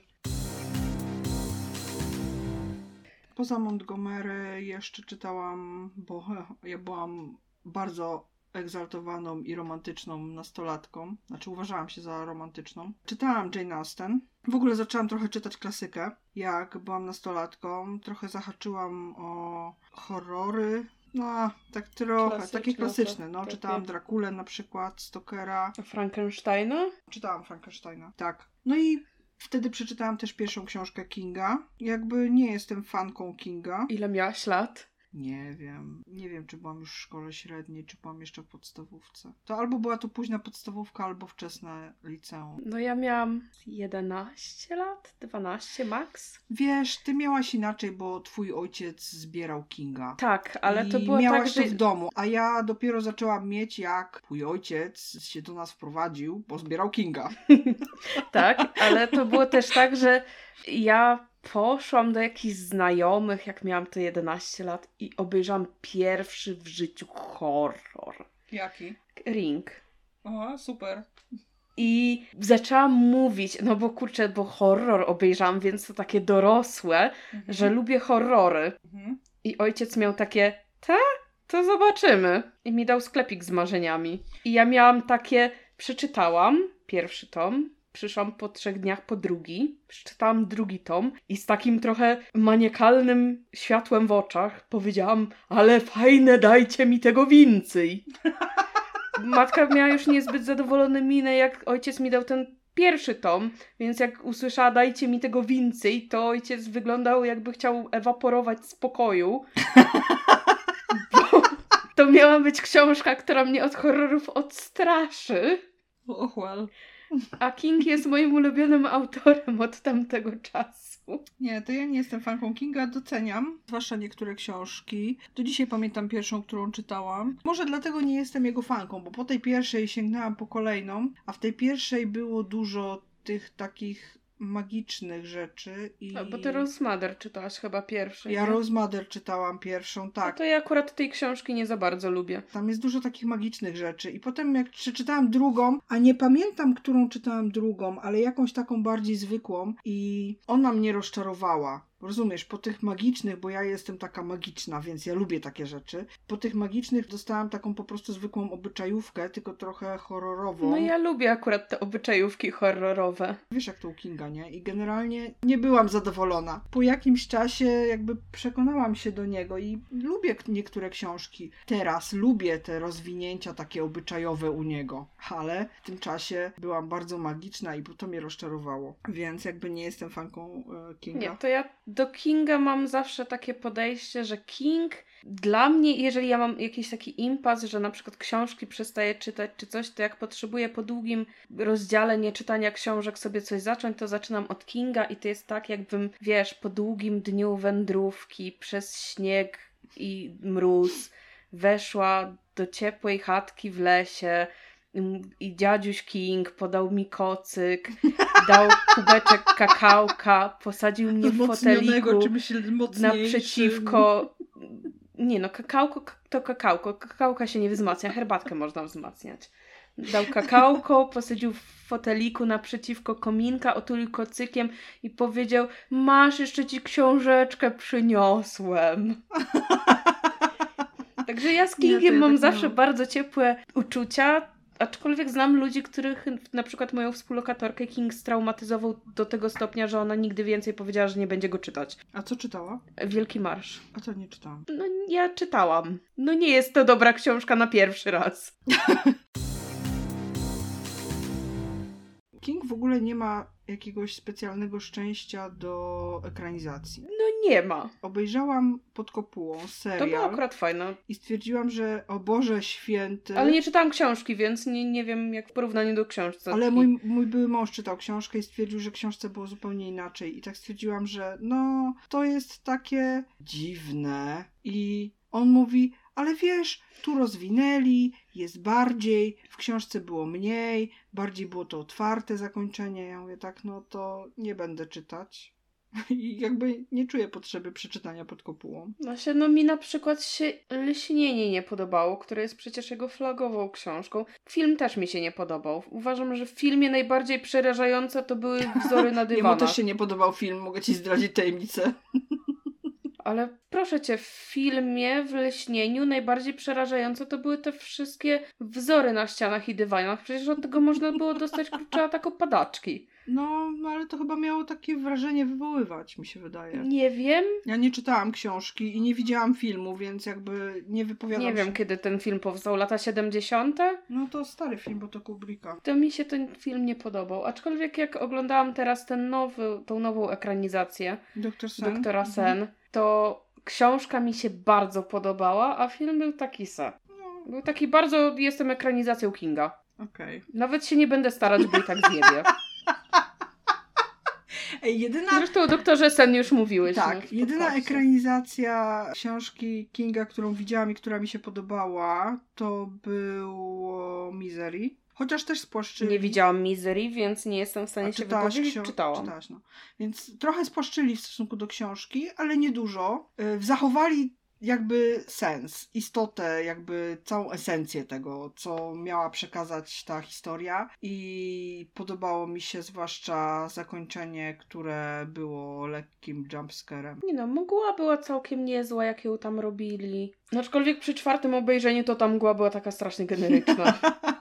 Poza Montgomery jeszcze czytałam, bo ja byłam bardzo egzaltowaną i romantyczną nastolatką. Znaczy uważałam się za romantyczną. Czytałam Jane Austen. W ogóle zaczęłam trochę czytać klasykę. Jak byłam nastolatką, trochę zahaczyłam o horrory. No, tak trochę, Klasyczne, takie klasyczne. No, takie. czytałam Drakulę na przykład, Stokera. Frankensteina? Czytałam Frankensteina. Tak. No i wtedy przeczytałam też pierwszą książkę Kinga. Jakby nie jestem fanką Kinga. Ile miałaś lat? Nie wiem. Nie wiem, czy byłam już w szkole średniej, czy byłam jeszcze w podstawówce. To albo była to późna podstawówka, albo wczesne liceum. No ja miałam 11 lat, 12 max. Wiesz, ty miałaś inaczej, bo twój ojciec zbierał Kinga. Tak, ale to I było miałaś tak, to że... w domu, a ja dopiero zaczęłam mieć, jak twój ojciec się do nas wprowadził, bo zbierał Kinga. Tak, ale to było też tak, że ja poszłam do jakichś znajomych, jak miałam te 11 lat i obejrzałam pierwszy w życiu horror. Jaki? Ring. Aha, super. I zaczęłam mówić, no bo kurczę, bo horror obejrzałam, więc to takie dorosłe, że lubię horrory. I ojciec miał takie, to zobaczymy. I mi dał sklepik z marzeniami. I ja miałam takie, przeczytałam pierwszy tom, przyszłam po 3 dniach po drugi, przeczytałam drugi tom i z takim trochę maniakalnym światłem w oczach powiedziałam, ale fajne, dajcie mi tego więcej. Matka miała już niezbyt zadowolone minę, jak ojciec mi dał ten pierwszy tom, więc jak usłyszała dajcie mi tego więcej, to ojciec wyglądał jakby chciał ewaporować z pokoju. Bo to miała być książka, która mnie od horrorów odstraszy. Och, well. A King jest moim ulubionym autorem od tamtego czasu. Nie, to ja nie jestem fanką Kinga, doceniam, zwłaszcza niektóre książki. Do dzisiaj pamiętam pierwszą, którą czytałam. Może dlatego nie jestem jego fanką, bo po tej pierwszej sięgnęłam po kolejną, a w tej pierwszej było dużo tych takich magicznych rzeczy i... Bo ty Rose Mother czytałaś chyba pierwszy. Ja nie? Rose Mother czytałam pierwszą, No tak. to ja akurat tej książki nie za bardzo lubię. Tam jest dużo takich magicznych rzeczy. I potem jak przeczytałam drugą, a nie pamiętam, którą czytałam drugą, ale jakąś taką bardziej zwykłą i ona mnie rozczarowała. Rozumiesz, po tych magicznych, bo ja jestem taka magiczna, więc ja lubię takie rzeczy. Po tych magicznych dostałam taką po prostu zwykłą obyczajówkę, tylko trochę horrorową. No ja lubię akurat te obyczajówki horrorowe. Wiesz jak to u Kinga, nie? I generalnie nie byłam zadowolona. Po jakimś czasie jakby przekonałam się do niego i lubię niektóre książki. Teraz lubię te rozwinięcia takie obyczajowe u niego. Ale w tym czasie byłam bardzo magiczna i to mnie rozczarowało. Więc jakby nie jestem fanką Kinga. Nie, to ja do Kinga mam zawsze takie podejście, że King dla mnie, jeżeli ja mam jakiś taki impas, że na przykład książki przestaję czytać czy coś, to jak potrzebuję po długim rozdziale nieczytania książek sobie coś zacząć, to zaczynam od Kinga i to jest tak, jakbym, wiesz, po długim dniu wędrówki przez śnieg i mróz weszła do ciepłej chatki w lesie, I dziadziuś King podał mi kocyk, dał kubeczek kakałka, posadził mnie w foteliku naprzeciwko. Nie no, kakałko to kakałko. Kakałka się nie wzmacnia, herbatkę można wzmacniać. Dał kakałko, posadził w foteliku naprzeciwko kominka, otulił kocykiem i powiedział: masz, jeszcze ci książeczkę przyniosłem. Także ja z Kingiem mam zawsze bardzo ciepłe uczucia, aczkolwiek znam ludzi, których na przykład moją współlokatorkę King straumatyzował do tego stopnia, że ona nigdy więcej powiedziała, że nie będzie go czytać. A co czytała? Wielki Marsz. A to nie czytałam. No ja czytałam. No nie jest to dobra książka na pierwszy raz. King w ogóle nie ma jakiegoś specjalnego szczęścia do ekranizacji. No nie ma. Obejrzałam Pod kopułą serial. To było akurat fajne. I stwierdziłam, że o Boże święty. Ale nie czytałam książki, więc nie wiem jak w porównaniu do książki. Ale mój były mąż czytał książkę i stwierdził, że książce było zupełnie inaczej. I tak stwierdziłam, że no to jest takie dziwne. I on mówi: ale wiesz, tu rozwinęli, jest bardziej, w książce było mniej, bardziej było to otwarte zakończenie. Ja mówię tak, no to nie będę czytać. I jakby nie czuję potrzeby przeczytania Pod kopułą. Właśnie, no mi na przykład się Lśnienie nie podobało, które jest przecież jego flagową książką. Film też mi się nie podobał. Uważam, że w filmie najbardziej przerażające to były wzory na dywanach. Jemu też się nie podobał film, mogę ci zdradzić tajemnicę. Ale proszę cię, w filmie, w Lśnieniu najbardziej przerażające to były te wszystkie wzory na ścianach i dywanach. Przecież od tego można było dostać kurczę atak opadaczki. No, ale to chyba miało takie wrażenie wywoływać, mi się wydaje. Nie wiem. Ja nie czytałam książki i nie widziałam filmu, więc jakby nie wypowiadam Nie wiem, kiedy ten film powstał. Lata 70? No to stary film, bo to Kubricka. To mi się ten film nie podobał. Aczkolwiek jak oglądałam teraz tą nową ekranizację Doktora Sen, to książka mi się bardzo podobała, a film był taki Był taki bardzo, jestem ekranizacją Kinga. Okej. Nawet się nie będę starać, bo i tak zjebie. Zresztą o Doktorze Sen już mówiłeś. Tak, jedyna ekranizacja książki Kinga, którą widziałam i która mi się podobała, to było Misery. Chociaż też spłaszczyli. Nie widziałam Misery, więc nie jestem w stanie się wypowiedzieć. Czytałam. Czytałaś, no. Więc trochę spłaszczyli w stosunku do książki, ale niedużo. Zachowali jakby sens, istotę, jakby całą esencję tego, co miała przekazać ta historia i podobało mi się zwłaszcza zakończenie, które było lekkim jumpscarem. Nie no, mgła była całkiem niezła, jak ją tam robili. Aczkolwiek przy 4. obejrzeniu to ta mgła była taka strasznie generyczna.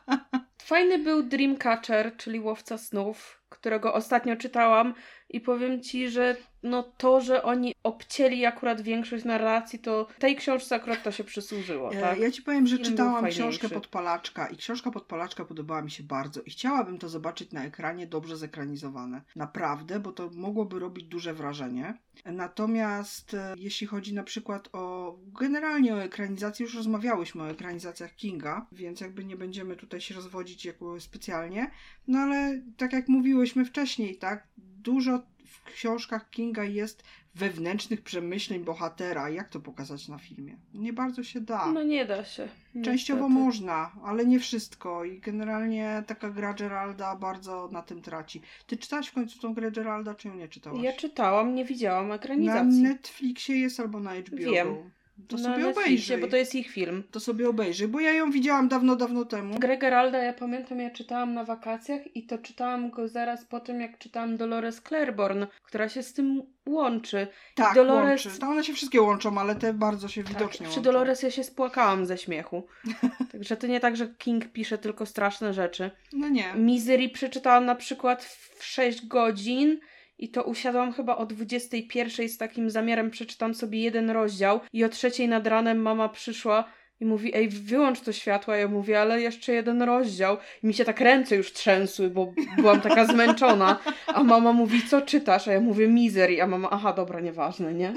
Fajny był Dreamcatcher, czyli Łowca snów, którego ostatnio czytałam i powiem ci, że no to, że oni obcięli akurat większość narracji, to tej książce akurat to się przysłużyło, tak? Ja ci powiem, że czytałam książkę Podpalaczka i książka Podpalaczka podobała mi się bardzo i chciałabym to zobaczyć na ekranie dobrze zekranizowane. Naprawdę, bo to mogłoby robić duże wrażenie. Natomiast jeśli chodzi na przykład generalnie o ekranizację, już rozmawiałyśmy o ekranizacjach Kinga, więc jakby nie będziemy tutaj się rozwodzić jakoś specjalnie, no ale tak jak mówiłyśmy wcześniej, tak, dużo w książkach Kinga jest wewnętrznych przemyśleń bohatera. Jak to pokazać na filmie? Nie bardzo się da. No nie da się. Częściowo niestety. można, ale nie wszystko. I generalnie taka gra Geralda bardzo na tym traci. Ty czytałaś w końcu tą grę Geralda, czy ją nie czytałaś? Ja czytałam, nie widziałam ekranizacji. Na Netflixie jest albo na HBO. Wiem. To na sobie Netflixie, obejrzyj. bo to jest ich film. To sobie obejrzyj, bo ja ją widziałam dawno temu. Grę Geralda, ja pamiętam, ja czytałam na wakacjach i to czytałam go zaraz po tym, jak czytałam Dolores Claiborne, która się z tym łączy. Tak, Dolores... łączy. One się wszystkie łączą, ale te bardzo się widocznie Przy łączą. Dolores ja się spłakałam ze śmiechu. Także to nie tak, że King pisze tylko straszne rzeczy. No nie. Misery przeczytałam na przykład w 6 godzin i to usiadłam chyba o 21 z takim zamiarem, przeczytam sobie 1 rozdział i o 3 nad ranem mama przyszła i mówi: ej, wyłącz to światło. Ja mówię: ale jeszcze 1 rozdział. I mi się tak ręce już trzęsły, bo byłam taka zmęczona. A mama mówi: co czytasz? A ja mówię: Misery. A mama: aha, dobra, nieważne, nie?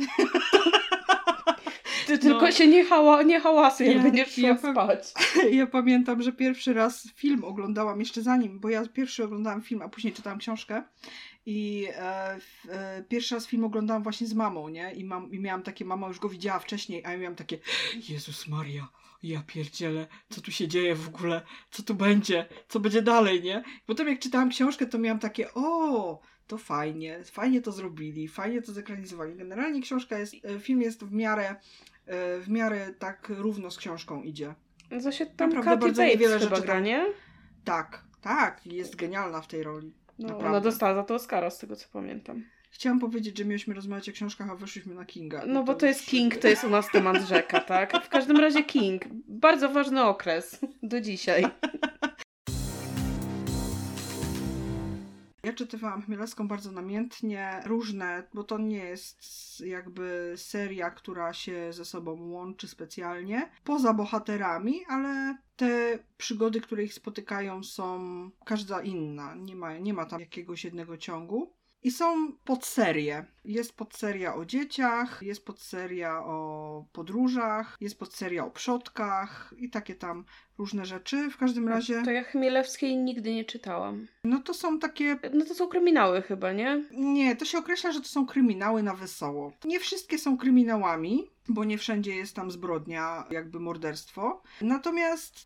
Ty tylko się nie hałasuj, jak będziesz szła spać. Ja pamiętam, że pierwszy raz film oglądałam, jeszcze zanim, bo ja pierwszy oglądałam film, a później czytałam książkę. I pierwszy raz film oglądałam właśnie z mamą, nie? I miałam takie, mama już go widziała wcześniej, a ja miałam takie, Jezus Maria, ja pierdzielę, co tu się dzieje w ogóle, co tu będzie, co będzie dalej, nie? Potem jak czytałam książkę, to miałam takie, to fajnie to zrobili, fajnie to zekranizowali. Generalnie film jest w miarę tak równo z książką idzie. To się tam Kathy Bates chyba gra, nie? Tak, jest genialna w tej roli. No, ona dostała za to Oscara, z tego co pamiętam. Chciałam powiedzieć, że mieliśmy rozmawiać o książkach, a weszliśmy na Kinga. No bo to jest King, to jest u nas temat rzeka, tak? W każdym razie King. Bardzo ważny okres do dzisiaj. Ja czytywałam Chmielewską bardzo namiętnie, różne, bo to nie jest jakby seria, która się ze sobą łączy specjalnie, poza bohaterami, ale te przygody, które ich spotykają, są każda inna, nie ma tam jakiegoś jednego ciągu. I są podserie. Jest podseria o dzieciach, jest podseria o podróżach, jest podseria o przodkach i takie tam różne rzeczy. W każdym razie... To ja Chmielewskiej nigdy nie czytałam. No to są takie... No to są kryminały chyba, nie? Nie, to się określa, że to są kryminały na wesoło. Nie wszystkie są kryminałami, bo nie wszędzie jest tam zbrodnia, jakby morderstwo. Natomiast,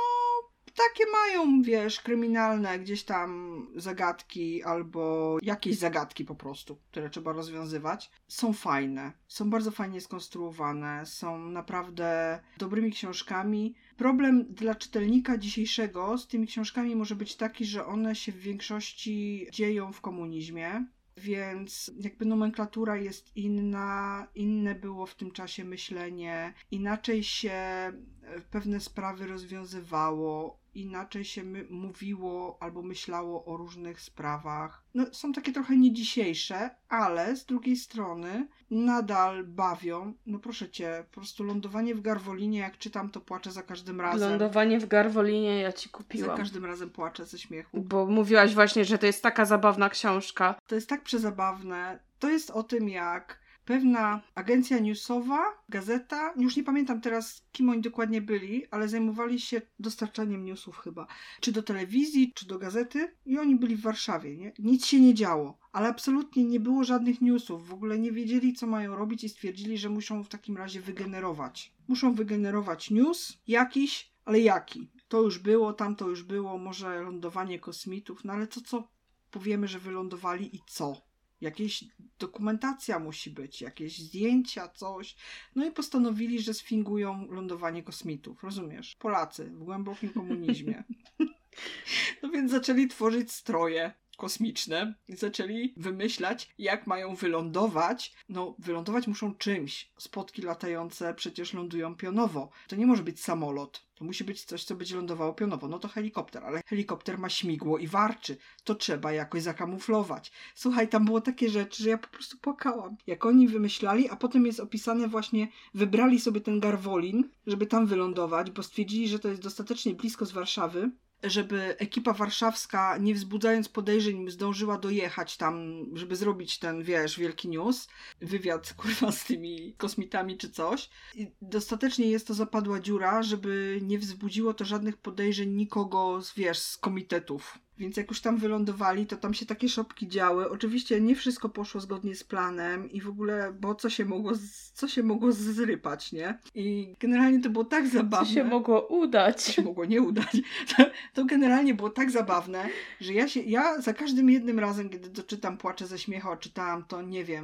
takie mają, kryminalne gdzieś tam zagadki albo jakieś zagadki po prostu, które trzeba rozwiązywać. Są fajne, są bardzo fajnie skonstruowane, są naprawdę dobrymi książkami. Problem dla czytelnika dzisiejszego z tymi książkami może być taki, że one się w większości dzieją w komunizmie. Więc jakby nomenklatura jest inna, inne było w tym czasie myślenie, inaczej się pewne sprawy rozwiązywało, inaczej się mówiło albo myślało o różnych sprawach. Są takie trochę nie dzisiejsze, ale z drugiej strony nadal bawią. Proszę cię, po prostu Lądowanie w Garwolinie, jak czytam, to płaczę za każdym razem. Lądowanie w Garwolinie ja ci kupiłam. Za każdym razem płaczę ze śmiechu. Bo mówiłaś właśnie, że to jest taka zabawna książka. To jest tak przezabawne. To jest o tym, jak pewna agencja newsowa, gazeta, już nie pamiętam teraz, kim oni dokładnie byli, ale zajmowali się dostarczaniem newsów chyba. Czy do telewizji, czy do gazety. I oni byli w Warszawie, nie? Nic się nie działo. Ale absolutnie nie było żadnych newsów. W ogóle nie wiedzieli, co mają robić i stwierdzili, że muszą w takim razie wygenerować. Muszą wygenerować news jakiś, ale jaki? To już było, tamto już było, może lądowanie kosmitów, ale to co powiemy, że wylądowali i co? Jakieś dokumentacja musi być, jakieś zdjęcia, coś. I postanowili, że sfingują lądowanie kosmitów, rozumiesz? Polacy w głębokim komunizmie. Więc zaczęli tworzyć stroje kosmiczne i zaczęli wymyślać, jak mają wylądować. Wylądować muszą czymś. Spotki latające przecież lądują pionowo. To nie może być samolot. To musi być coś, co będzie lądowało pionowo. To helikopter, ale helikopter ma śmigło i warczy. To trzeba jakoś zakamuflować. Słuchaj, tam było takie rzeczy, że ja po prostu płakałam. Jak oni wymyślali, a potem jest opisane właśnie, wybrali sobie ten Garwolin, żeby tam wylądować, bo stwierdzili, że to jest dostatecznie blisko z Warszawy, żeby ekipa warszawska, nie wzbudzając podejrzeń, zdążyła dojechać tam, żeby zrobić ten, wielki news, wywiad, z tymi kosmitami czy coś. I dostatecznie jest to zapadła dziura, żeby nie wzbudziło to żadnych podejrzeń nikogo z komitetów. Więc jak już tam wylądowali, to tam się takie szopki działy. Oczywiście nie wszystko poszło zgodnie z planem i w ogóle, bo co się mogło zrypać, nie? I generalnie to było tak zabawne. Co się mogło udać. Co się mogło nie udać. To generalnie było tak zabawne, że ja za każdym jednym razem, kiedy doczytam, płaczę ze śmiechu, a czytałam to,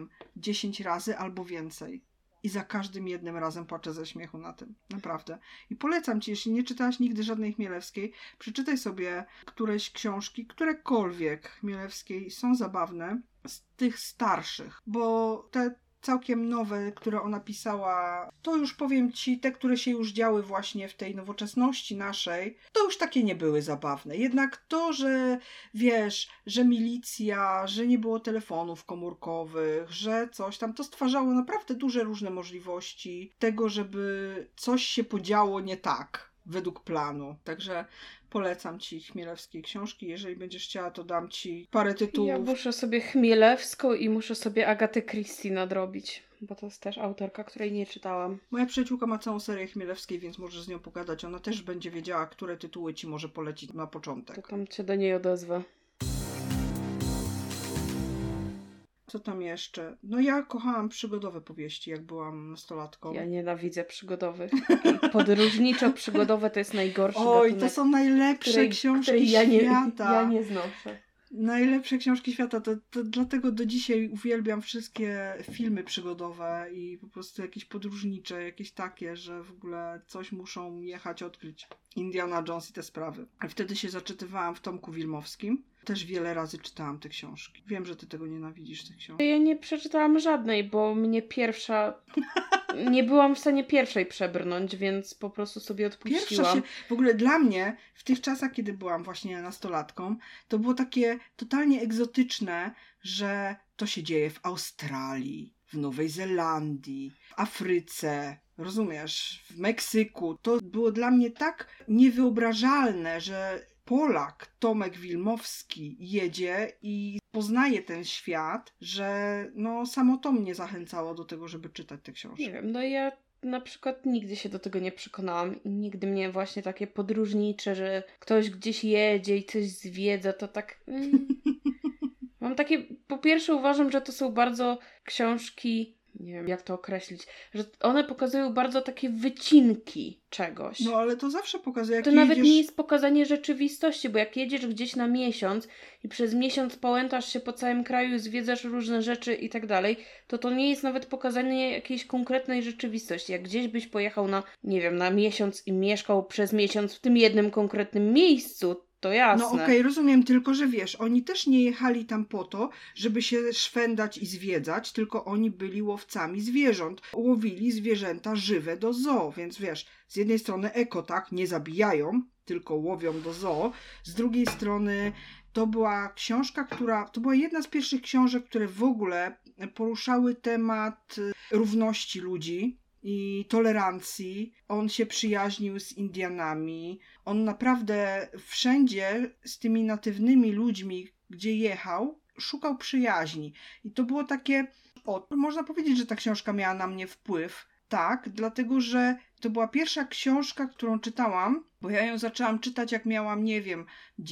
10 razy albo więcej. I za każdym jednym razem płaczę ze śmiechu na tym. Naprawdę. I polecam ci, jeśli nie czytałaś nigdy żadnej Chmielewskiej, przeczytaj sobie któreś książki, którekolwiek Chmielewskiej, są zabawne, z tych starszych. Bo te całkiem nowe, które ona pisała, to już powiem ci, te, które się już działy właśnie w tej nowoczesności naszej, to już takie nie były zabawne. Jednak to, że że milicja, że nie było telefonów komórkowych, że coś tam, to stwarzało naprawdę duże różne możliwości tego, żeby coś się podziało nie tak, według planu. Także polecam ci Chmielewskiej książki. Jeżeli będziesz chciała, to dam ci parę tytułów. Ja muszę sobie Chmielewską i muszę sobie Agatę Christie nadrobić, bo to jest też autorka, której nie czytałam. Moja przyjaciółka ma całą serię Chmielewskiej, więc możesz z nią pogadać. Ona też będzie wiedziała, które tytuły ci może polecić na początek. To tam cię do niej odezwę. Co tam jeszcze? No ja kochałam przygodowe powieści, jak byłam nastolatką. Ja nienawidzę przygodowych. I podróżniczo-przygodowe to jest najgorszy Oj, gatunek, to są najlepsze książki świata. Ja nie znoszę. Najlepsze książki świata, to dlatego do dzisiaj uwielbiam wszystkie filmy przygodowe i po prostu jakieś podróżnicze, jakieś takie, że w ogóle coś muszą jechać, odkryć. Indiana Jones i te sprawy. A wtedy się zaczytywałam w Tomku Wilmowskim. Też wiele razy czytałam te książki. Wiem, że ty tego nienawidzisz, tych książek. Ja nie przeczytałam żadnej, bo mnie pierwsza... Nie byłam w stanie pierwszej przebrnąć, więc po prostu sobie odpuściłam. W ogóle dla mnie, w tych czasach, kiedy byłam właśnie nastolatką, to było takie totalnie egzotyczne, że to się dzieje w Australii, w Nowej Zelandii, w Afryce, rozumiesz, w Meksyku. To było dla mnie tak niewyobrażalne, że Polak, Tomek Wilmowski, jedzie i poznaje ten świat, że no samo to mnie zachęcało do tego, żeby czytać te książki. Nie wiem, no ja na przykład nigdy się do tego nie przekonałam i nigdy mnie właśnie takie podróżnicze, że ktoś gdzieś jedzie i coś zwiedza, to tak... Mam takie... Po pierwsze uważam, że to są bardzo książki... Nie wiem, jak to określić, że one pokazują bardzo takie wycinki czegoś. No ale to zawsze pokazuje, jak to jedziesz... nawet nie jest pokazanie rzeczywistości, bo jak jedziesz gdzieś na miesiąc i przez miesiąc pałętasz się po całym kraju, zwiedzasz różne rzeczy i tak dalej, to nie jest nawet pokazanie jakiejś konkretnej rzeczywistości. Jak gdzieś byś pojechał na, nie wiem, na miesiąc i mieszkał przez miesiąc w tym jednym konkretnym miejscu, to jasne. No okej, rozumiem, tylko że wiesz, oni też nie jechali tam po to, żeby się szwendać i zwiedzać, tylko oni byli łowcami zwierząt. Łowili zwierzęta żywe do zoo, więc wiesz, z jednej strony eko, tak, nie zabijają, tylko łowią do zoo, z drugiej strony to była książka, to była jedna z pierwszych książek, które w ogóle poruszały temat równości ludzi i tolerancji. On się przyjaźnił z Indianami. On naprawdę wszędzie z tymi natywnymi ludźmi, gdzie jechał, szukał przyjaźni. I to było takie... można powiedzieć, że ta książka miała na mnie wpływ. Tak, dlatego, że to była pierwsza książka, którą czytałam, bo ja ją zaczęłam czytać, jak miałam, nie wiem,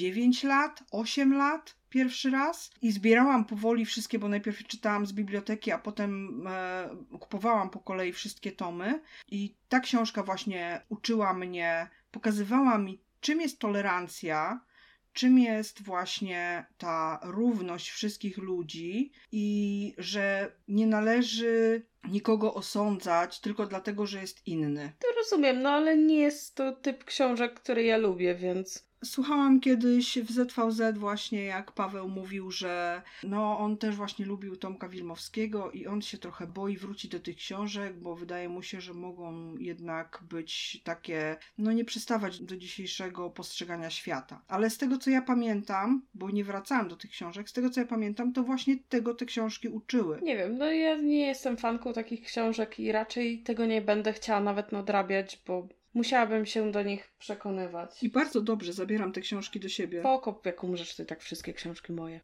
9 lat, 8 lat, pierwszy raz. I zbierałam powoli wszystkie, bo najpierw czytałam z biblioteki, a potem kupowałam po kolei wszystkie tomy. I ta książka właśnie uczyła mnie, pokazywała mi, czym jest tolerancja, czym jest właśnie ta równość wszystkich ludzi i że nie należy nikogo osądzać tylko dlatego, że jest inny. To rozumiem, no ale nie jest to typ książek, który ja lubię, więc... Słuchałam kiedyś w ZVZ właśnie, jak Paweł mówił, że no on też właśnie lubił Tomka Wilmowskiego i on się trochę boi wrócić do tych książek, bo wydaje mu się, że mogą jednak być takie, no nie przystawać do dzisiejszego postrzegania świata. Ale z tego, co ja pamiętam, bo nie wracałam do tych książek, z tego, co ja pamiętam, to właśnie tego te książki uczyły. Nie wiem, no ja nie jestem fanką takich książek i raczej tego nie będę chciała nawet nadrabiać, bo musiałabym się do nich przekonywać. I bardzo dobrze, zabieram te książki do siebie. Spoko, jak umrzesz, to i tak wszystkie książki moje.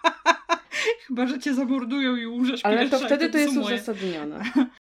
Chyba, że cię zamordują i umrzesz ale pierwsza. to wtedy to jest moje. uzasadnione.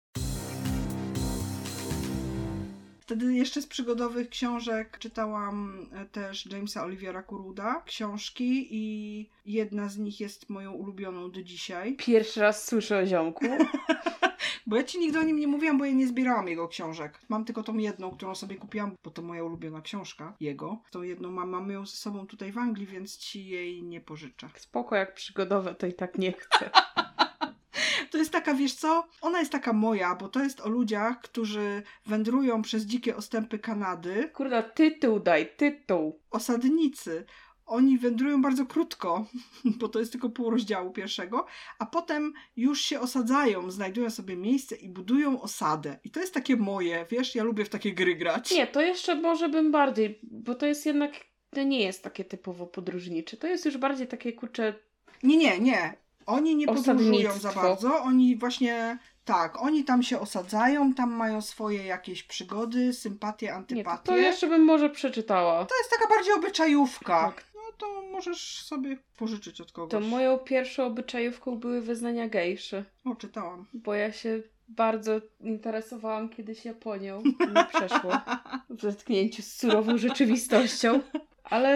Wtedy jeszcze z przygodowych książek czytałam też Jamesa Oliviera Curuda książki i jedna z nich jest moją ulubioną do dzisiaj. Pierwszy raz słyszę o ziomku. Bo ja ci nigdy o nim nie mówiłam, bo ja nie zbierałam jego książek. Mam tylko tą jedną, którą sobie kupiłam, bo to moja ulubiona książka jego. Tą jedną mamy ją ze sobą tutaj w Anglii, więc ci jej nie pożyczę. Spoko, jak przygodowe, to i tak nie chcę. To jest taka, wiesz co? Ona jest taka moja, bo to jest o ludziach, którzy wędrują przez dzikie ostępy Kanady. Kurda, tytuł daj, tytuł. Osadnicy. Oni wędrują bardzo krótko, bo to jest tylko pół rozdziału pierwszego, a potem już się osadzają, znajdują sobie miejsce i budują osadę. I to jest takie moje, wiesz, ja lubię w takie gry grać. Nie, to jeszcze może bym bardziej, bo to jest jednak, to nie jest takie typowo podróżnicze. To jest już bardziej takie, kurczę... Nie. Oni nie podróżują za bardzo, oni właśnie... Tak, oni tam się osadzają, tam mają swoje jakieś przygody, sympatie, antypatie. Nie, to jeszcze bym może przeczytała. To jest taka bardziej obyczajówka. Tak. No to możesz sobie pożyczyć od kogoś. To moją pierwszą obyczajówką były wyznania gejszy. O, czytałam. Bo ja się bardzo interesowałam kiedyś Japonią. Nie przeszło w zetknięciu z surową rzeczywistością. Ale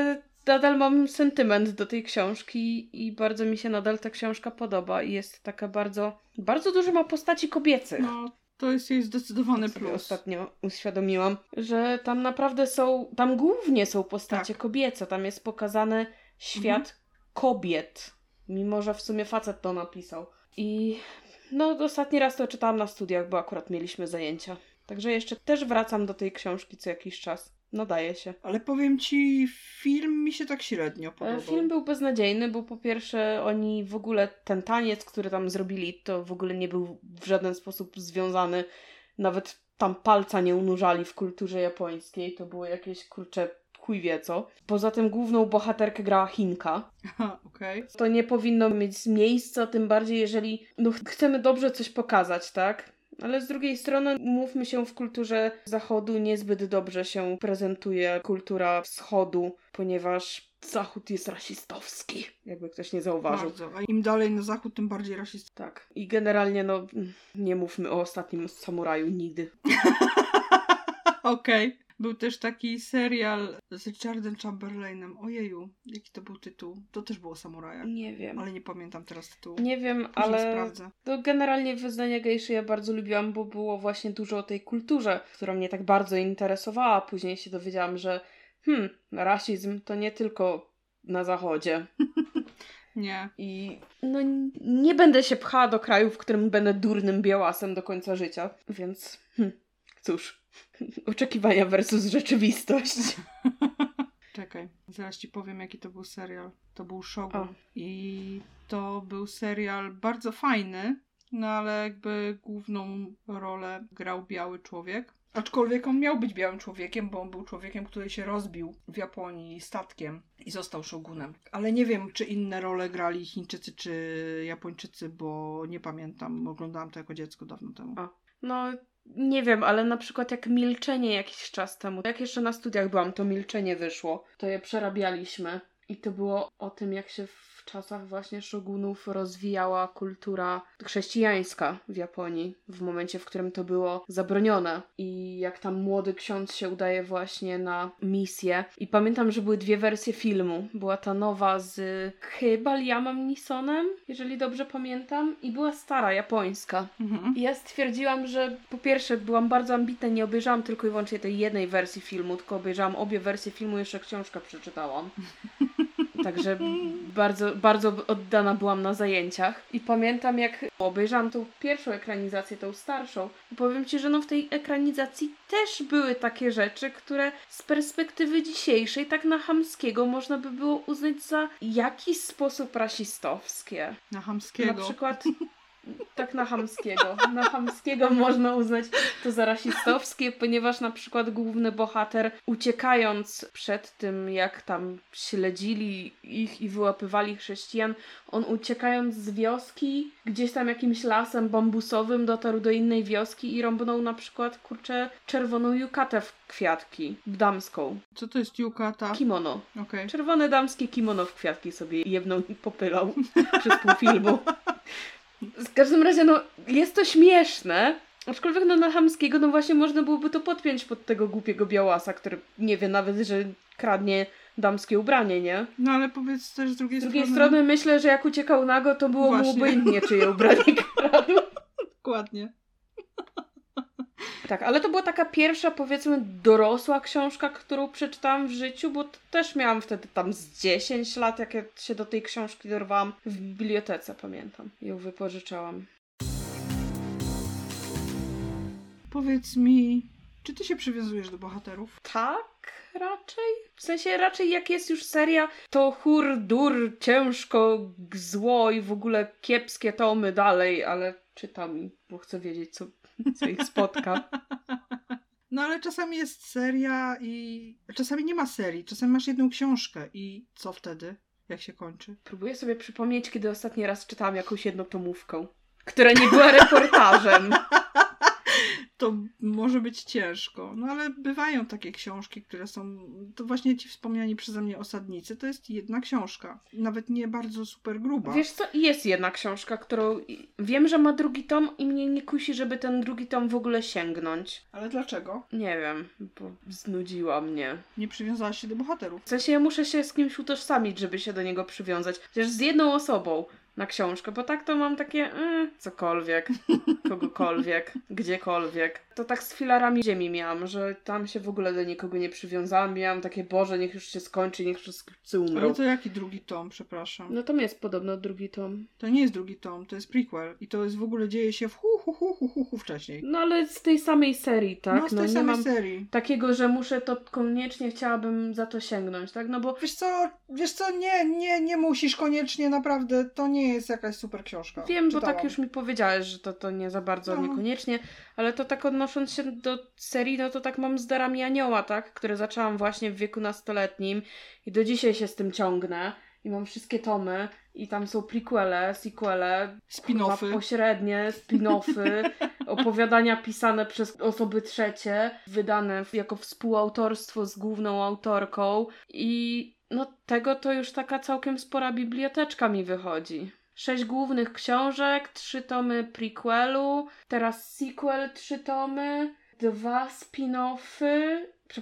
nadal mam sentyment do tej książki i bardzo mi się nadal ta książka podoba i jest taka bardzo, bardzo dużo ma postaci kobiecych. No, to jest jej zdecydowany plus. Ostatnio uświadomiłam, że tam naprawdę tam głównie są postacie kobiece, tam jest pokazany świat kobiet, mimo że w sumie facet to napisał. I ostatni raz to czytałam na studiach, bo akurat mieliśmy zajęcia. Także jeszcze też wracam do tej książki co jakiś czas. Nadaje się. Ale powiem ci, film mi się tak średnio podobał. Film był beznadziejny, bo po pierwsze oni w ogóle, ten taniec, który tam zrobili, to w ogóle nie był w żaden sposób związany. Nawet tam palca nie unurzali w kulturze japońskiej. To było jakieś, chuj wie co. Poza tym główną bohaterkę grała Chinka. Aha, okej. To nie powinno mieć miejsca, tym bardziej jeżeli chcemy dobrze coś pokazać, tak? Ale z drugiej strony, umówmy się, w kulturze zachodu niezbyt dobrze się prezentuje kultura wschodu, ponieważ zachód jest rasistowski, jakby ktoś nie zauważył. Bardzo. A im dalej na zachód, tym bardziej rasistowski. Tak. I generalnie, nie mówmy o Ostatnim Samuraju nigdy. Okej. Był też taki serial z Richardem Chamberlainem. Ojeju, jaki to był tytuł? To też było o samurajach. Nie wiem. Ale nie pamiętam teraz tytułu. Nie wiem, Później ale sprawdzę. to generalnie Wyznania Gejszy ja bardzo lubiłam, bo było właśnie dużo o tej kulturze, która mnie tak bardzo interesowała. Później się dowiedziałam, że rasizm to nie tylko na zachodzie. Nie. I nie będę się pchała do kraju, w którym będę durnym białasem do końca życia. Więc cóż, oczekiwania versus rzeczywistość. Czekaj, zaraz ci powiem, jaki to był serial. To był Shogun. I to był serial bardzo fajny, ale jakby główną rolę grał biały człowiek. Aczkolwiek on miał być białym człowiekiem, bo on był człowiekiem, który się rozbił w Japonii statkiem i został szogunem. Ale nie wiem, czy inne role grali Chińczycy czy Japończycy, bo nie pamiętam. Oglądałam to jako dziecko dawno temu. Nie wiem, ale na przykład jak Milczenie jakiś czas temu, jak jeszcze na studiach byłam, to Milczenie wyszło, to je przerabialiśmy i to było o tym, jak się w czasach właśnie szogunów rozwijała kultura chrześcijańska w Japonii, w momencie, w którym to było zabronione i jak tam młody ksiądz się udaje właśnie na misję. I pamiętam, że były 2 wersje filmu. Była ta nowa z chyba Liamem Neesonem, jeżeli dobrze pamiętam, i była stara, japońska. I ja stwierdziłam, że po pierwsze byłam bardzo ambitna, nie obejrzałam tylko i wyłącznie tej jednej wersji filmu, tylko obejrzałam obie wersje filmu, jeszcze książkę przeczytałam. Także bardzo, bardzo oddana byłam na zajęciach. I pamiętam, jak obejrzałam tą pierwszą ekranizację, tą starszą. I powiem ci, że w tej ekranizacji też były takie rzeczy, które z perspektywy dzisiejszej, tak na chamskiego, można by było uznać za jakiś sposób rasistowskie. Na chamskiego. Na przykład... Tak na chamskiego. Na chamskiego można uznać to za rasistowskie, ponieważ na przykład główny bohater, uciekając przed tym, jak tam śledzili ich i wyłapywali chrześcijan, on uciekając z wioski, gdzieś tam jakimś lasem bambusowym dotarł do innej wioski i rąbnął na przykład, czerwoną yukatę w kwiatki, damską. Co to jest yukata? Kimono. Okay. Czerwone damskie kimono w kwiatki sobie jebnął i popylał przez pół filmu. W każdym razie, jest to śmieszne, aczkolwiek na chamskiego, właśnie można byłoby to podpiąć pod tego głupiego białasa, który nie wie nawet, że kradnie damskie ubranie, nie? No ale powiedz też z drugiej strony... Z drugiej strony myślę, że jak uciekał nago, to było mu obojętnie, czyje ubranie kradł. Dokładnie. Tak, ale to była taka pierwsza, powiedzmy, dorosła książka, którą przeczytałam w życiu, bo też miałam wtedy tam z 10 lat, jak ja się do tej książki dorwałam w bibliotece, pamiętam. Ją wypożyczałam. Powiedz mi, czy ty się przywiązujesz do bohaterów? Tak, raczej. W sensie raczej jak jest już seria, to dur, ciężko, zło i w ogóle kiepskie tomy dalej, ale czytam, bo chcę wiedzieć, co ich spotka. No ale czasami jest seria i czasami nie ma serii. Czasami masz jedną książkę i co wtedy? Jak się kończy? Próbuję sobie przypomnieć, kiedy ostatni raz czytałam jakąś jednotomówkę, która nie była reportażem. to może być ciężko. No ale bywają takie książki, które są... To właśnie ci wspomniani przeze mnie Osadnicy, to jest jedna książka. Nawet nie bardzo super gruba. Wiesz co, jest jedna książka, którą wiem, że ma drugi tom i mnie nie kusi, żeby ten drugi tom w ogóle sięgnąć. Ale dlaczego? Nie wiem, bo znudziła mnie. Nie przywiązałaś się do bohaterów. W sensie ja muszę się z kimś utożsamić, żeby się do niego przywiązać. Chociaż z jedną osobą na książkę, bo tak to mam takie cokolwiek, kogokolwiek, gdziekolwiek. To tak z Filarami Ziemi miałam, że tam się w ogóle do nikogo nie przywiązałam. Miałam takie, Boże, niech już się skończy, niech wszyscy umrą. Ale to jaki drugi tom, przepraszam? No tam jest podobno drugi tom. To nie jest drugi tom, to jest prequel. I to jest w ogóle dzieje się w wcześniej. No ale z tej samej serii, tak? No z tej nie samej mam serii. takiego, że muszę to koniecznie, chciałabym za to sięgnąć, tak? No bo... Wiesz co, nie musisz koniecznie, naprawdę, to nie jest jakaś super książka. Wiem, Czytałam. bo tak już mi powiedziałeś, że to nie za bardzo, niekoniecznie, ale to tak odnosząc się do serii, no to tak mam z Darami Anioła, tak? Które zaczęłam właśnie w wieku nastoletnim i do dzisiaj się z tym ciągnę i mam wszystkie tomy i tam są prequele, sequele, spin-offy, pośrednie, spin-offy, opowiadania pisane przez osoby trzecie, wydane jako współautorstwo z główną autorką i no tego to już taka całkiem spora biblioteczka mi wychodzi. 6 głównych książek, 3 tomy prequelu, teraz sequel 3 tomy, 2 spin-offy,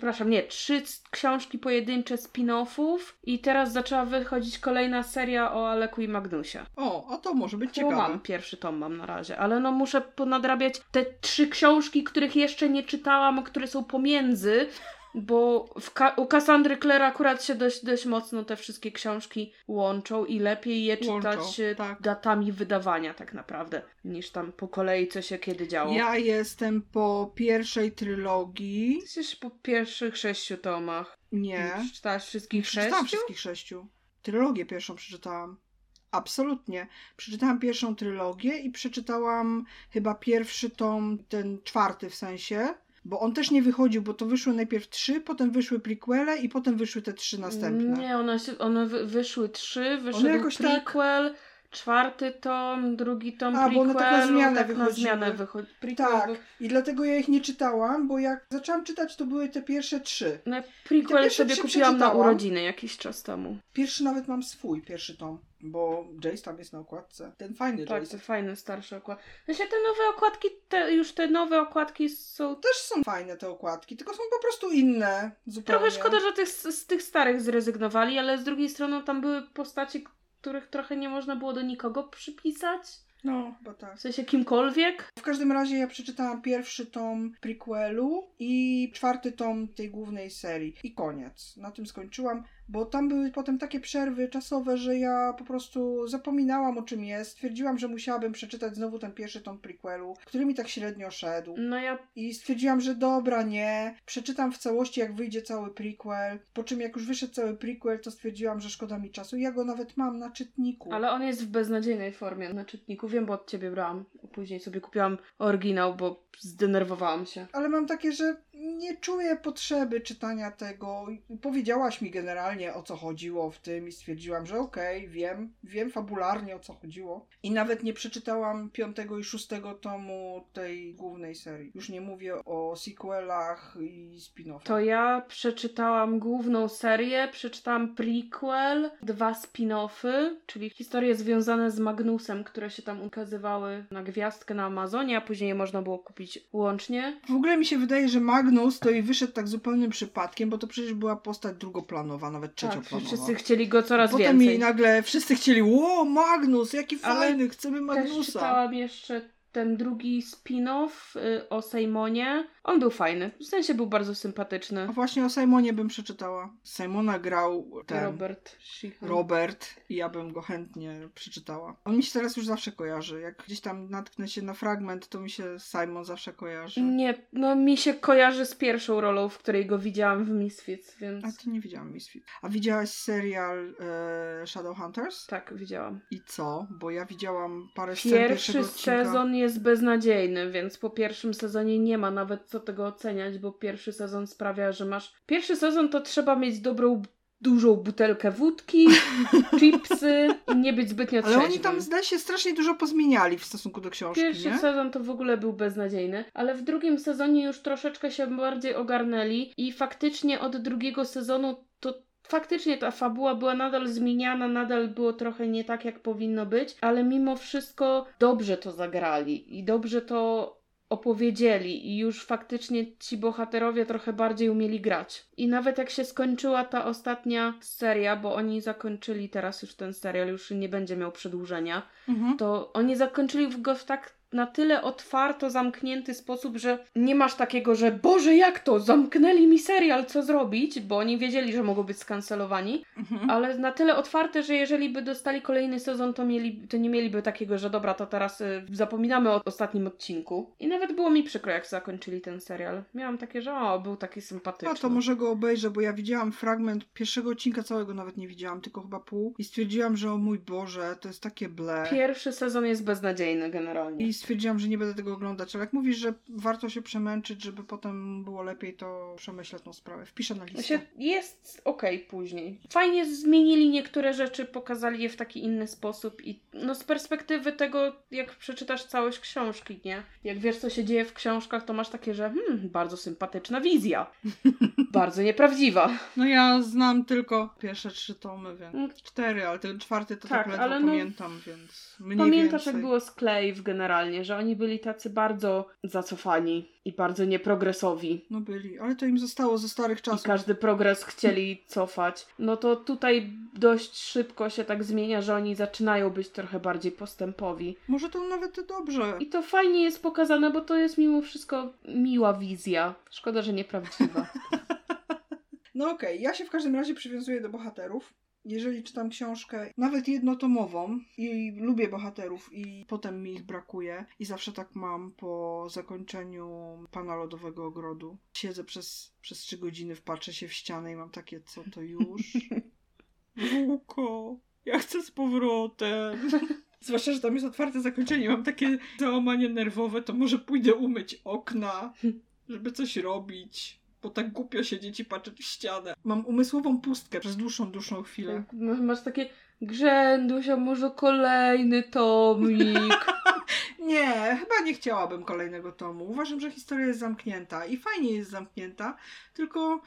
3 książki pojedyncze spin-offów i teraz zaczęła wychodzić kolejna seria o Aleku i Magnusie. O, a to może być ciekawe. Mam pierwszy tom mam na razie, ale no muszę ponadrabiać te 3 książki, których jeszcze nie czytałam, które są pomiędzy, bo u Cassandry Clare akurat się dość mocno te wszystkie książki łączą i lepiej je czytać datami wydawania tak naprawdę, niż tam po kolei co się kiedy działo. Ja jestem po pierwszej trylogii. Ty jesteś po pierwszych 6 tomach. Nie. Czytałaś wszystkich 6? Przeczytałam wszystkich 6. Trylogię pierwszą przeczytałam. Absolutnie. Przeczytałam pierwszą trylogię i przeczytałam chyba pierwszy tom, ten 4 w sensie. Bo on też nie wychodził, bo to wyszły najpierw 3, potem wyszły prequele i potem wyszły te 3 następne. Nie, one wyszły 3, wyszedł prequel, 4 tom, drugi tom prequelu. Bo one tak na zmianę na zmianę wychodziły. Tak, i dlatego ja ich nie czytałam, bo jak zaczęłam czytać, to były te pierwsze 3. No, prequel sobie kupiłam na urodziny jakiś czas temu. Pierwszy nawet mam swój, pierwszy tom. Bo Jace tam jest na okładce. Ten fajny Jace. Tak, te fajne, starsze okładki. Znaczy te nowe okładki, te nowe okładki są... Też są fajne te okładki, tylko są po prostu inne zupełnie. Trochę szkoda, że z tych starych zrezygnowali, ale z drugiej strony tam były postaci, których trochę nie można było do nikogo przypisać. No, chyba tak. W sensie kimkolwiek. W każdym razie ja przeczytałam pierwszy tom prequelu i 4 tom tej głównej serii. I koniec. Na tym skończyłam, bo tam były potem takie przerwy czasowe, że ja po prostu zapominałam o czym jest. Stwierdziłam, że musiałabym przeczytać znowu ten pierwszy tom prequelu, który mi tak średnio szedł. No ja... I stwierdziłam, że dobra, nie. Przeczytam w całości, jak wyjdzie cały prequel. Po czym jak już wyszedł cały prequel, to stwierdziłam, że szkoda mi czasu. Ja go nawet mam na czytniku. Ale on jest w beznadziejnej formie na czytniku. Wiem, bo od ciebie brałam. Później sobie kupiłam oryginał, bo zdenerwowałam się. Ale mam takie, że nie czuję potrzeby czytania tego. Powiedziałaś mi generalnie, o co chodziło w tym i stwierdziłam, że okej, wiem fabularnie, o co chodziło. I nawet nie przeczytałam 5 i 6 tomu tej głównej serii. Już nie mówię o sequelach i spin-offach. To ja przeczytałam główną serię, przeczytałam prequel, 2 spin-offy, czyli historie związane z Magnusem, które się tam ukazywały na gwiazdkę na Amazonie, a później je można było kupić łącznie. W ogóle mi się wydaje, że Magnus to i wyszedł tak zupełnym przypadkiem, bo to przecież była postać drugoplanowa, nawet trzecioplanowa. Tak, wszyscy chcieli go coraz potem więcej. Potem i nagle wszyscy chcieli, Magnus, jaki fajny, chcemy Magnusa. Też czytałam jeszcze ten drugi spin-off o Simonie. On był fajny. W sensie był bardzo sympatyczny. A właśnie o Simonie bym przeczytała. Simona grał Robert i ja bym go chętnie przeczytała. On mi się teraz już zawsze kojarzy. Jak gdzieś tam natknę się na fragment, to mi się Simon zawsze kojarzy. Nie, no mi się kojarzy z pierwszą rolą, w której go widziałam w Misfits, więc... A to nie widziałam Misfits. A widziałaś serial Shadowhunters? Tak, widziałam. I co? Bo ja widziałam parę scen pierwszego odcinka. Sezon jest beznadziejny, więc po pierwszym sezonie nie ma nawet co tego oceniać, bo pierwszy sezon sprawia, że masz... Pierwszy sezon to trzeba mieć dobrą dużą butelkę wódki, chipsy i nie być zbytnio trzeźwym. Ale oni tam, zdaje się, strasznie dużo pozmieniali w stosunku do książki, Pierwszy nie? sezon to w ogóle był beznadziejny, ale w drugim sezonie już troszeczkę się bardziej ogarnęli i faktycznie od drugiego sezonu to faktycznie ta fabuła była nadal zmieniana, nadal było trochę nie tak, jak powinno być, ale mimo wszystko dobrze to zagrali i dobrze to opowiedzieli i już faktycznie ci bohaterowie trochę bardziej umieli grać. I nawet jak się skończyła ta ostatnia seria, bo oni zakończyli teraz już ten serial, już nie będzie miał przedłużenia, to oni zakończyli go w tak na tyle otwarto zamknięty sposób, że nie masz takiego, że Boże, jak to? Zamknęli mi serial, co zrobić? Bo oni wiedzieli, że mogą być skancelowani, ale na tyle otwarte, że jeżeli by dostali kolejny sezon, to nie mieliby takiego, że dobra, to teraz zapominamy o ostatnim odcinku. I nawet było mi przykro, jak zakończyli ten serial. Miałam takie, że był taki sympatyczny. A to może go obejrzę, bo ja widziałam fragment pierwszego odcinka, całego nawet nie widziałam, tylko chyba pół. I stwierdziłam, że o mój Boże, to jest takie ble. Pierwszy sezon jest beznadziejny generalnie. I stwierdziłam, że nie będę tego oglądać, ale jak mówisz, że warto się przemęczyć, żeby potem było lepiej, to przemyślę tą sprawę. Wpiszę na listę. Jest okej później. Fajnie zmienili niektóre rzeczy, pokazali je w taki inny sposób i z perspektywy tego, jak przeczytasz całość książki, nie? Jak wiesz, co się dzieje w książkach, to masz takie, że bardzo sympatyczna wizja. Bardzo nieprawdziwa. No ja znam tylko pierwsze 3 tomy, więc 4, ale ten 4 to tak ledwo pamiętam, więc mniej pamiętasz, więcej. jak było z Clave generalnie, że oni byli tacy bardzo zacofani i bardzo nieprogresowi. No byli, ale to im zostało ze starych czasów. I każdy progres chcieli cofać. No to tutaj dość szybko się tak zmienia, że oni zaczynają być trochę bardziej postępowi. Może to nawet dobrze. I to fajnie jest pokazane, bo to jest mimo wszystko miła wizja. Szkoda, że nieprawdziwa. No okej, ja się w każdym razie przywiązuję do bohaterów. Jeżeli czytam książkę, nawet jednotomową i lubię bohaterów i potem mi ich brakuje i zawsze tak mam po zakończeniu Pana Lodowego Ogrodu. Siedzę przez 3 godziny, wpatrzę się w ścianę i mam takie, co to już? Włóko, ja chcę z powrotem. Zwłaszcza, że tam jest otwarte zakończenie, mam takie załamanie nerwowe, to może pójdę umyć okna, żeby coś robić. Bo tak głupio siedzieć i patrzeć w ścianę. Mam umysłową pustkę przez dłuższą chwilę. Masz takie, Grzędusia, może kolejny tomik. Nie, chyba nie chciałabym kolejnego tomu. Uważam, że historia jest zamknięta i fajnie jest zamknięta, tylko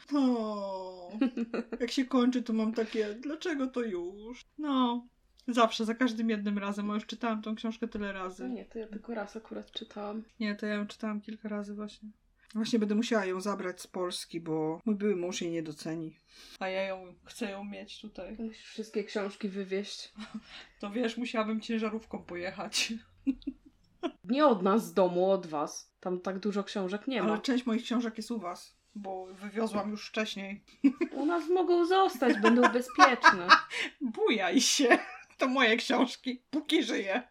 jak się kończy, to mam takie, dlaczego to już? Zawsze, za każdym jednym razem, a już czytałam tą książkę tyle razy. No nie, to ja tylko raz akurat czytałam. Nie, to ja ją czytałam kilka razy właśnie. Właśnie będę musiała ją zabrać z Polski, bo mój były mąż jej nie doceni. A ja chcę ją mieć tutaj. Musisz wszystkie książki wywieźć. To wiesz, musiałabym ciężarówką pojechać. Nie od nas z domu, od was. Tam tak dużo książek nie ma. Ale część moich książek jest u was, bo wywiozłam już wcześniej. U nas mogą zostać, będą bezpieczne. Bujaj się. To moje książki, póki żyję.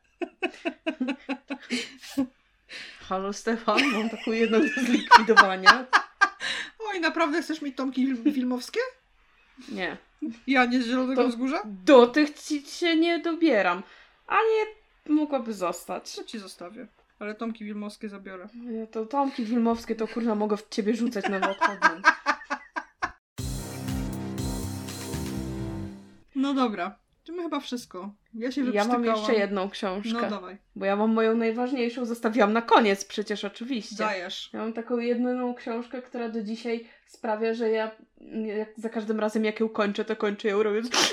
Halo Stefan, mam taką jedną do zlikwidowania. Oj, naprawdę chcesz mieć tomki filmowskie? Nie. Ja nie z Zielonego Wzgórza? Do tych ci się nie dobieram. A nie mogłaby zostać. Co ci zostawię? Ale tomki filmowskie zabiorę. Nie, to tomki filmowskie to kurna mogę w ciebie rzucać na odchodnym. No dobra. To my chyba wszystko. Ja się wyprztykałam. Ja mam jeszcze jedną książkę. No dawaj. Bo ja mam moją najważniejszą, zostawiłam na koniec przecież oczywiście. Dajesz. Ja mam taką jedyną książkę, która do dzisiaj sprawia, że ja za każdym razem jak ją kończę, to kończę ją robiąc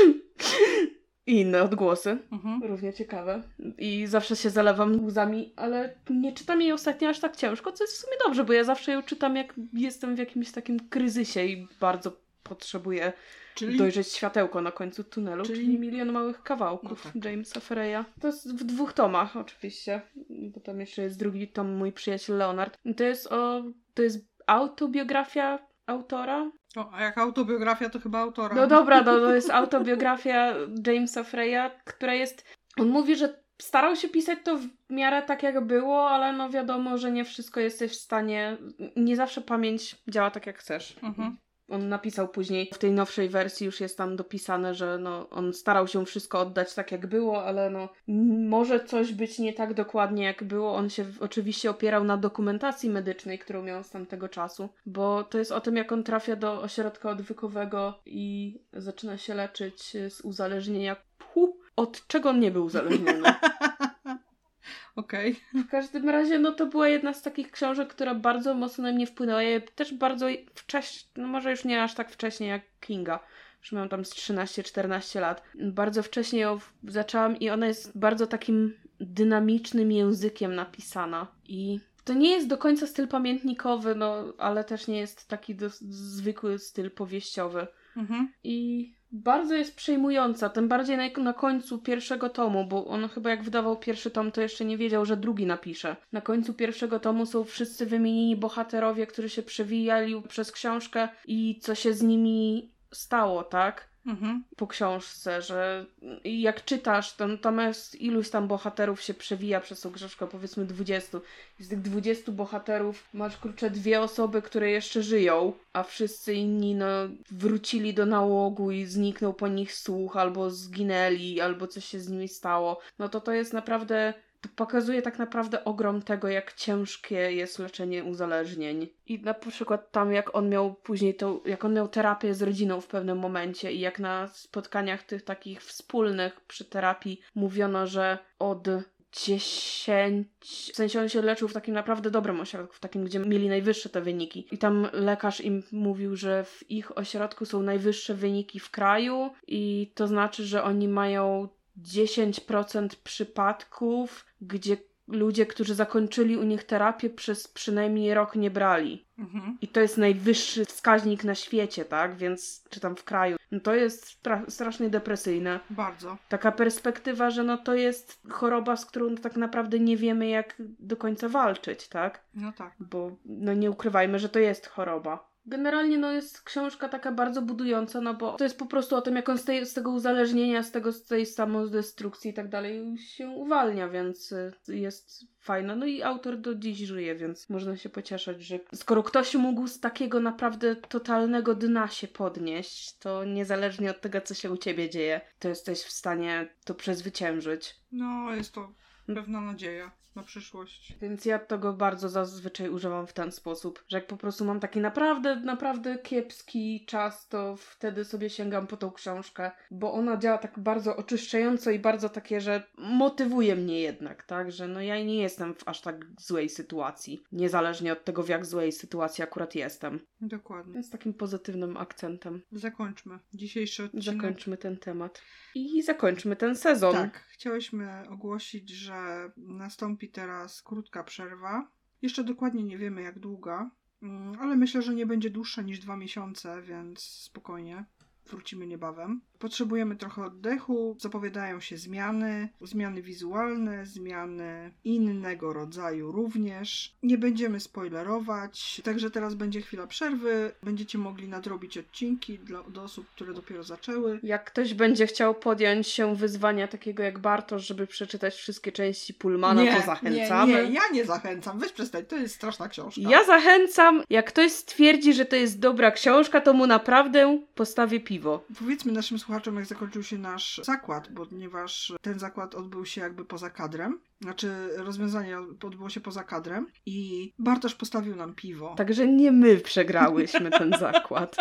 i inne odgłosy. Równie ciekawe. I zawsze się zalewam łzami, ale nie czytam jej ostatnio aż tak ciężko, co jest w sumie dobrze, bo ja zawsze ją czytam jak jestem w jakimś takim kryzysie i bardzo potrzebuję dojrzeć światełko na końcu tunelu, czyli Milion Małych Kawałków Jamesa Freya. To jest w 2 tomach oczywiście, bo tam jeszcze jest drugi tom, Mój przyjaciel Leonard. To jest autobiografia autora. A jak autobiografia, to chyba autora. No dobra, to jest autobiografia Jamesa Freya, która jest... On mówi, że starał się pisać to w miarę tak jak było, ale wiadomo, że nie wszystko jesteś w stanie... Nie zawsze pamięć działa tak jak chcesz. On napisał później, w tej nowszej wersji już jest tam dopisane, że no, on starał się wszystko oddać tak jak było, ale no może coś być nie tak dokładnie jak było. On się oczywiście opierał na dokumentacji medycznej, którą miał z tamtego czasu, bo to jest o tym, jak on trafia do ośrodka odwykowego i zaczyna się leczyć z uzależnienia. Od czego on nie był uzależniony? Okej. W każdym razie, no to była jedna z takich książek, która bardzo mocno na mnie wpłynęła. Ja też bardzo wcześnie, no może już nie aż tak wcześnie jak Kinga, już miałam tam z 13-14 lat. Bardzo wcześnie ją zaczęłam i ona jest bardzo takim dynamicznym językiem napisana. I to nie jest do końca styl pamiętnikowy, no ale też nie jest taki zwykły styl powieściowy. I bardzo jest przejmująca, tym bardziej na końcu pierwszego tomu, bo on chyba jak wydawał pierwszy tom, to jeszcze nie wiedział, że drugi napisze. Na końcu pierwszego tomu są wszyscy wymienieni bohaterowie, którzy się przewijali przez książkę i co się z nimi stało, tak? Po książce, że jak czytasz, tam jest iluś tam bohaterów się przewija przez tą książkę, powiedzmy 20. I z tych 20 bohaterów masz, kurczę, 2 osoby, które jeszcze żyją, a wszyscy inni, no, wrócili do nałogu i zniknął po nich słuch, albo zginęli, albo coś się z nimi stało. No to jest naprawdę... To pokazuje tak naprawdę ogrom tego, jak ciężkie jest leczenie uzależnień. I na przykład tam, jak on miał później jak on miał terapię z rodziną w pewnym momencie i jak na spotkaniach tych takich wspólnych przy terapii mówiono, że od 10... W sensie on się leczył w takim naprawdę dobrym ośrodku, w takim, gdzie mieli najwyższe te wyniki. I tam lekarz im mówił, że w ich ośrodku są najwyższe wyniki w kraju i to znaczy, że oni mają 10% przypadków, gdzie ludzie, którzy zakończyli u nich terapię, przez przynajmniej rok nie brali. I to jest najwyższy wskaźnik na świecie, tak? Więc, czy tam w kraju. No to jest strasznie depresyjne. Bardzo. Taka perspektywa, że no to jest choroba, z którą tak naprawdę nie wiemy, jak do końca walczyć, tak? No tak. Bo no nie ukrywajmy, że to jest choroba. Generalnie no jest książka taka bardzo budująca, no bo to jest po prostu o tym, jak on z tego uzależnienia, z tej samodestrukcji i tak dalej się uwalnia, więc jest fajna. No i autor do dziś żyje, więc można się pocieszać, że skoro ktoś mógł z takiego naprawdę totalnego dna się podnieść, to niezależnie od tego, co się u ciebie dzieje, to jesteś w stanie to przezwyciężyć. No, jest to pewna nadzieja na przyszłość. Więc ja tego bardzo zazwyczaj używam w ten sposób, że jak po prostu mam taki naprawdę kiepski czas, to wtedy sobie sięgam po tą książkę, bo ona działa tak bardzo oczyszczająco i bardzo takie, że motywuje mnie jednak, tak, że no ja nie jestem w aż tak złej sytuacji, niezależnie od tego, w jak złej sytuacji akurat jestem. Dokładnie. Więc takim pozytywnym akcentem. Zakończmy dzisiejszy odcinek. Zakończmy ten temat. I zakończmy ten sezon. Tak, chciałyśmy ogłosić, że nastąpi teraz krótka przerwa. Jeszcze dokładnie nie wiemy, jak długa, ale myślę, że nie będzie dłuższa niż 2 miesiące, więc spokojnie. Wrócimy niebawem. Potrzebujemy trochę oddechu, zapowiadają się zmiany wizualne, zmiany innego rodzaju również. Nie będziemy spoilerować, także teraz będzie chwila przerwy. Będziecie mogli nadrobić odcinki do osób, które dopiero zaczęły. Jak ktoś będzie chciał podjąć się wyzwania takiego jak Bartosz, żeby przeczytać wszystkie części Pullmana, to zachęcamy. Nie, ja nie zachęcam. Weź przestań, to jest straszna książka. Ja zachęcam. Jak ktoś stwierdzi, że to jest dobra książka, to mu naprawdę postawię piwo. Powiedzmy naszym słuchaczom, jak zakończył się nasz zakład, ponieważ ten zakład odbył się jakby poza kadrem. Znaczy, rozwiązanie odbyło się poza kadrem i Bartosz postawił nam piwo. Także nie my przegrałyśmy ten zakład.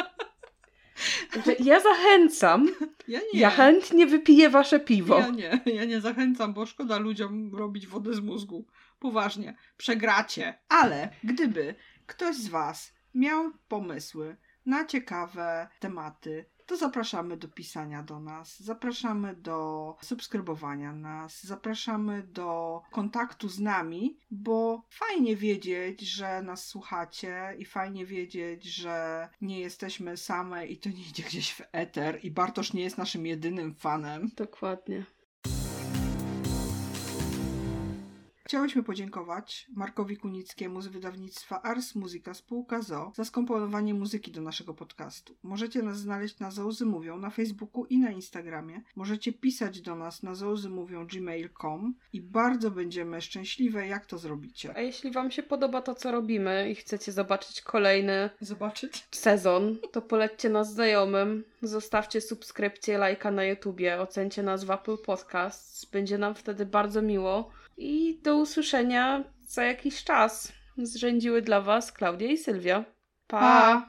Także ja zachęcam. Ja nie. Ja chętnie wypiję wasze piwo. Ja nie zachęcam, bo szkoda ludziom robić wodę z mózgu. Poważnie. Przegracie. Ale gdyby ktoś z was miał pomysły na ciekawe tematy, to zapraszamy do pisania do nas, zapraszamy do subskrybowania nas, zapraszamy do kontaktu z nami, bo fajnie wiedzieć, że nas słuchacie i fajnie wiedzieć, że nie jesteśmy same i to nie idzie gdzieś w eter i Bartosz nie jest naszym jedynym fanem. Dokładnie. Chciałyśmy podziękować Markowi Kunickiemu z wydawnictwa Ars Musica Spółka ZOO za skomponowanie muzyki do naszego podcastu. Możecie nas znaleźć na Zoozy Mówią na Facebooku i na Instagramie. Możecie pisać do nas na zoozymuwią@gmail.com i bardzo będziemy szczęśliwe, jak to zrobicie. A jeśli wam się podoba to, co robimy i chcecie zobaczyć kolejny sezon, to polećcie nas znajomym, zostawcie subskrypcję, lajka na YouTubie, ocencie nas w Apple Podcasts. Będzie nam wtedy bardzo miło. I do usłyszenia za jakiś czas. Zrzędziły dla was Klaudia i Sylwia. Pa!